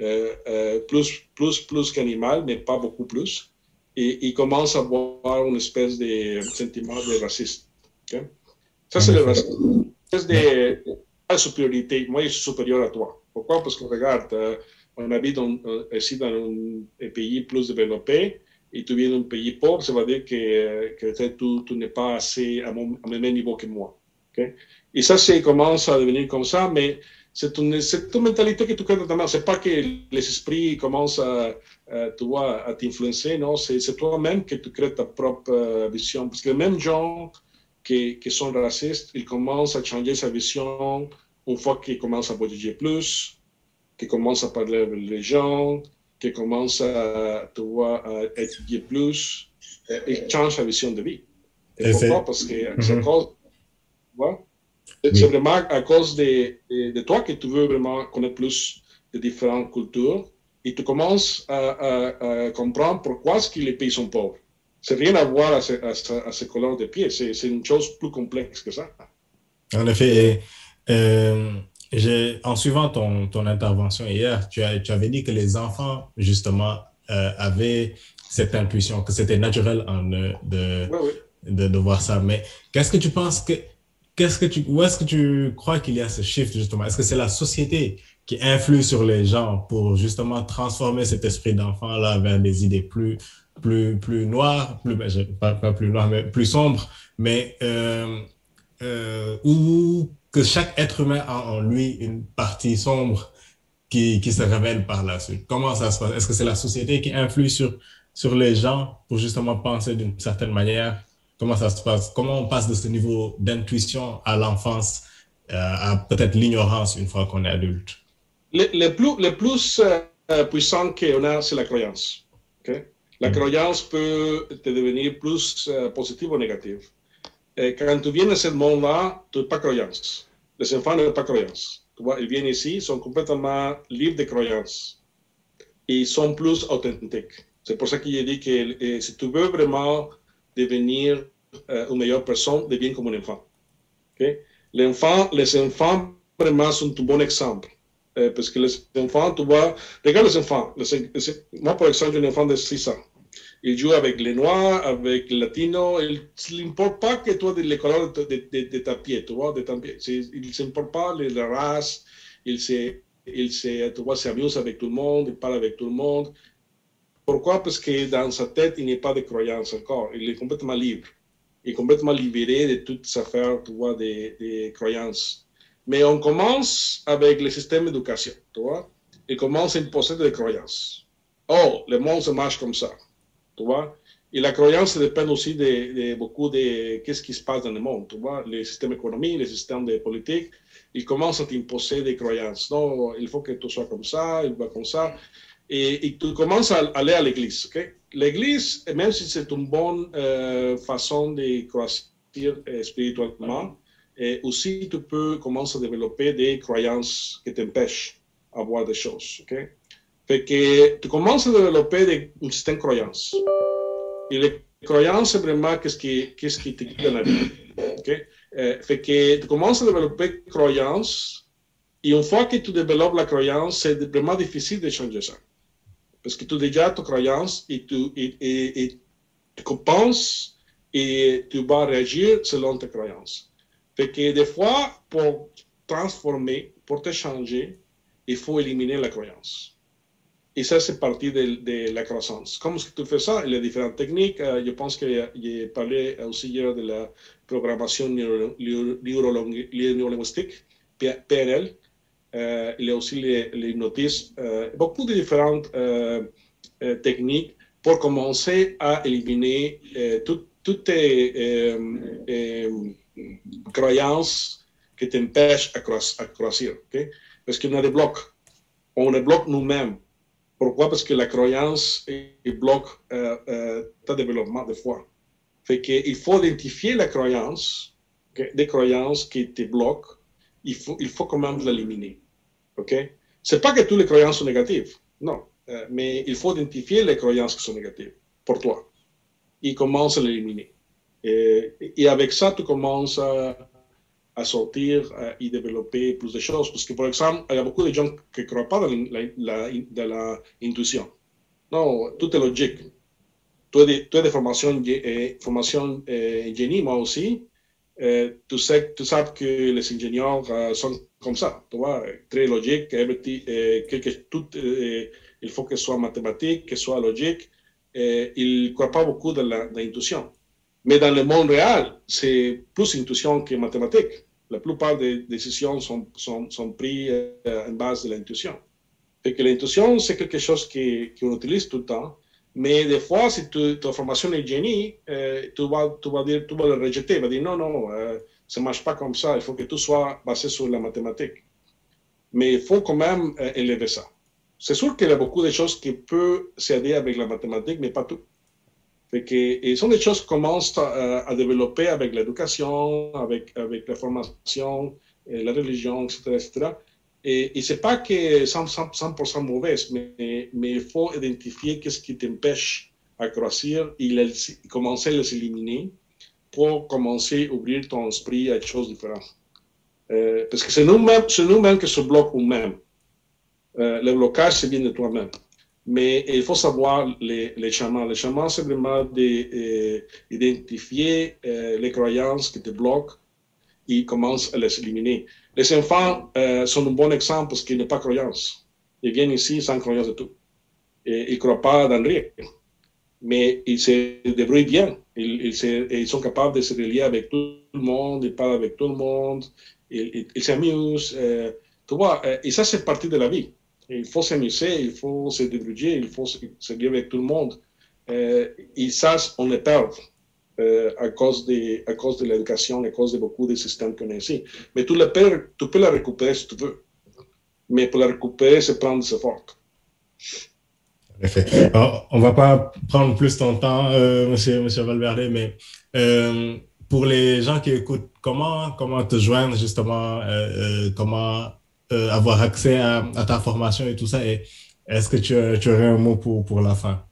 plus qu'animal, mais pas beaucoup plus. Et ils commencent à avoir une espèce de sentiment de racisme. Okay? Ça, c'est le racisme. C'est de supériorité. Moi, je suis supérieur à toi. Pourquoi? Parce que regarde, on habite ici dans un pays plus développé et tu viens d'un pays pauvre, ça veut dire que tu n'es pas assez à mon même niveau que moi. Okay? Et ça, commence à devenir comme ça, mais c'est une mentalité que tu crées totalement. C'est pas que les esprits commencent tu vois, à t'influencer, non, c'est toi-même que tu crées ta propre vision. Parce que les mêmes gens qui sont racistes, ils commencent à changer sa vision une fois qu'ils commencent à voyager plus, qu'ils commencent à parler avec les gens, qu'ils commencent à étudier plus, ils changent sa vision de vie. Et pourquoi? Parce que c'est c'est vraiment à cause de toi que tu veux vraiment connaître plus de différentes cultures et tu commences à comprendre pourquoi est-ce que les pays sont pauvres. C'est rien à voir à ce couleur de pied, c'est une chose plus complexe que ça. En effet, en suivant ton intervention hier, tu avais dit que les enfants, justement, avaient cette intuition, que c'était naturel en eux de voir ça. Mais qu'est-ce que tu penses où est-ce que tu crois qu'il y a ce shift, justement? Est-ce que c'est la société qui influe sur les gens pour, justement, transformer cet esprit d'enfant-là vers des idées plus noires, pas plus noires, mais plus sombres, mais ou que chaque être humain a en lui une partie sombre qui se révèle par la suite? Comment ça se passe? Est-ce que c'est la société qui influe sur les gens pour justement penser d'une certaine manière? Comment ça se passe? Comment on passe de ce niveau d'intuition à l'enfance, à peut-être l'ignorance une fois qu'on est adulte? Le plus puissant qu'on a, c'est la croyance. Okay? La croyance peut te devenir plus positive ou négative. Et quand tu viens de ce monde-là, tu n'as pas croyance. Les enfants n'ont pas croyance. Tu vois, ils viennent ici, ils sont complètement libres de croyances. Et ils sont plus authentiques. C'est pour ça que j'ai dit que si tu veux vraiment devenir une meilleure personne, deviens comme un enfant. Okay? Les enfants vraiment sont un bon exemple. Parce que les enfants, tu vois, regarde les enfants. Moi, par exemple, j'ai un enfant de 6 ans. Il joue avec les Noirs, avec les Latinos. Il n'importe pas que toi, les couleurs de ta pied, tu vois, de ta pied. Il ne s'importe pas la race. Il s'amuse avec tout le monde, il parle avec tout le monde. Pourquoi? Parce que dans sa tête, il n'y a pas de croyance encore. Il est complètement libre. Il est complètement libéré de toutes ces affaires, tu vois, de croyances. Mais on commence avec le système d'éducation, tu vois. Il commence à imposer des croyances. Oh, le monde se marche comme ça, tu vois. Et la croyance dépend aussi de beaucoup de qu'est-ce qui se passe dans le monde, tu vois. Les systèmes économiques, les systèmes de politique, ils commencent à t'imposer des croyances. Non, il faut que tu sois comme ça, il va comme ça. Et tu commences à aller à l'église. Okay? L'église, même si c'est une bonne façon de croître spirituellement, aussi tu peux commencer à développer des croyances qui t'empêchent à voir des choses. Okay? Fait que tu commences à développer un système de croyances. Et les croyances, c'est vraiment qu'est-ce qui te guide dans la vie. Okay? Fait que tu commences à développer croyances. Et une fois que tu développes la croyance, c'est vraiment difficile de changer ça. Parce que tu as déjà ta croyance et tu penses et tu vas réagir selon tes croyances. Fait que des fois, pour transformer, pour te changer, il faut éliminer la croyance. Et ça, c'est partie de la croissance. Comment est-ce que tu fais ça? Il y a différentes techniques. Je pense que j'ai parlé aussi hier de la programmation neurolinguistique, PNL. Il y a aussi l'hypnotisme, beaucoup de différentes techniques pour commencer à éliminer toutes tes croyances qui t'empêchent à croître. Okay? Parce qu'on a des blocs. On les bloque nous-mêmes. Pourquoi? Parce que la croyance bloque ton développement des fois. Fait qu'il faut identifier la croyance, okay? Des croyances qui te bloquent. Il faut quand même l'éliminer. Okay? Ce n'est pas que toutes les croyances sont négatives, non, mais il faut identifier les croyances qui sont négatives pour toi et commence à l'éliminer. Et avec ça, tu commences à sortir et développer plus de choses. Parce que, par exemple, il y a beaucoup de gens qui ne croient pas dans l'intuition. Non, tout est logique. Tu as des formations génie, moi aussi. Tu sais que les ingénieurs sont comme ça, tu vois, très logique, il faut que ce soit mathématique, que ce soit logique. Ils ne croient pas beaucoup dans l'intuition. Mais dans le monde réel, c'est plus intuition que mathématique. La plupart des décisions sont prises en base de l'intuition. Et que l'intuition, c'est quelque chose qu'on utilise tout le temps. Mais des fois, si ta formation est génie, tu vas le rejeter. Tu vas dire non, ça ne marche pas comme ça. Il faut que tout soit basé sur la mathématique. Mais il faut quand même élever ça. C'est sûr qu'il y a beaucoup de choses qui peuvent s'aider avec la mathématique, mais pas tout. Et sont des choses qui commencent à développer avec l'éducation, avec la formation, la religion, etc. Et ce n'est pas que 100% mauvaise, mais il faut identifier qu'est-ce qui t'empêche à grossir et commencer à les éliminer pour commencer à ouvrir ton esprit à des choses différentes. Parce que c'est nous-mêmes qui se bloquons nous-mêmes. Le blocage, c'est bien de toi-même. Mais il faut savoir les chamans. Les chamans, c'est vraiment d'identifier les croyances qui te bloquent et commencent à les éliminer. Les enfants sont un bon exemple parce qu'ils n'ont pas de croyances. Ils viennent ici sans croyance de tout. Et ils ne croient pas dans rien. Mais ils se débrouillent bien. Ils sont capables de se relier avec tout le monde, ils parlent avec tout le monde, ils s'amusent. Tu vois, et ça, c'est partie de la vie. Il faut s'amuser, il faut se débrouiller, il faut se lier avec tout le monde. Et ça, on le perd à cause de l'éducation, à cause de beaucoup de systèmes qu'on a ici. Mais tu peux la récupérer si tu veux. Mais pour la récupérer, c'est prendre des efforts. En effet. Alors, on ne va pas prendre plus ton temps, monsieur Valverde, mais pour les gens qui écoutent, comment te joindre justement, comment avoir accès à ta formation et tout ça, et est-ce que tu aurais un mot pour la fin?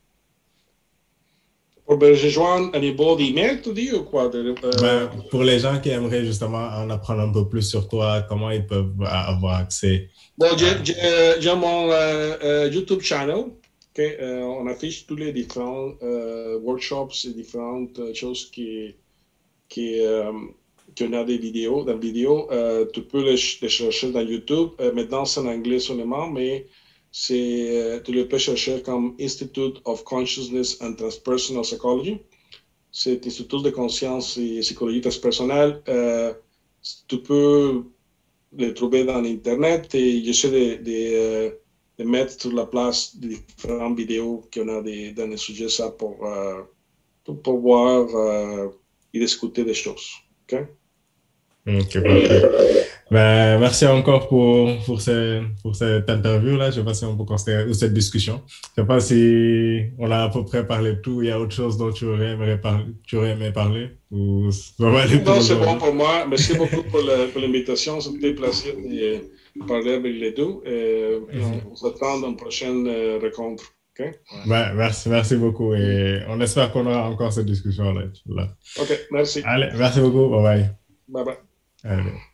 Pour me rejoindre à niveau d'email, tu dis, ou quoi? Pour les gens qui aimeraient justement en apprendre un peu plus sur toi, comment ils peuvent avoir accès? Bon, j'ai mon YouTube channel. Okay? On affiche tous les différents workshops et différentes choses qu'on a des vidéos. Tu peux les chercher dans YouTube. Maintenant, c'est en anglais seulement, mais tu le peux chercher comme Institute of Consciousness and Transpersonal Psychology. C'est Institut de conscience et psychologie transpersonnelle. Tu peux le trouver dans Internet et j'essaie de mettre sur la place des différentes vidéos qu'on a dans le sujet ça pour pouvoir et discuter des choses. OK? OK, parfait. Merci encore pour cette interview-là. Je ne sais pas si on peut considérer, ou cette discussion. Je ne sais pas si on a à peu près parlé de tout. Il y a autre chose dont tu aurais aimé parler? Ou non, c'est bon pour moi. Merci beaucoup pour l'invitation. C'était un plaisir de parler avec les deux. On s'attend à une prochaine rencontre. Okay? Merci beaucoup. Et on espère qu'on aura encore cette discussion-là. OK, merci. Allez, merci beaucoup. Bye bye. Bye bye. Allez.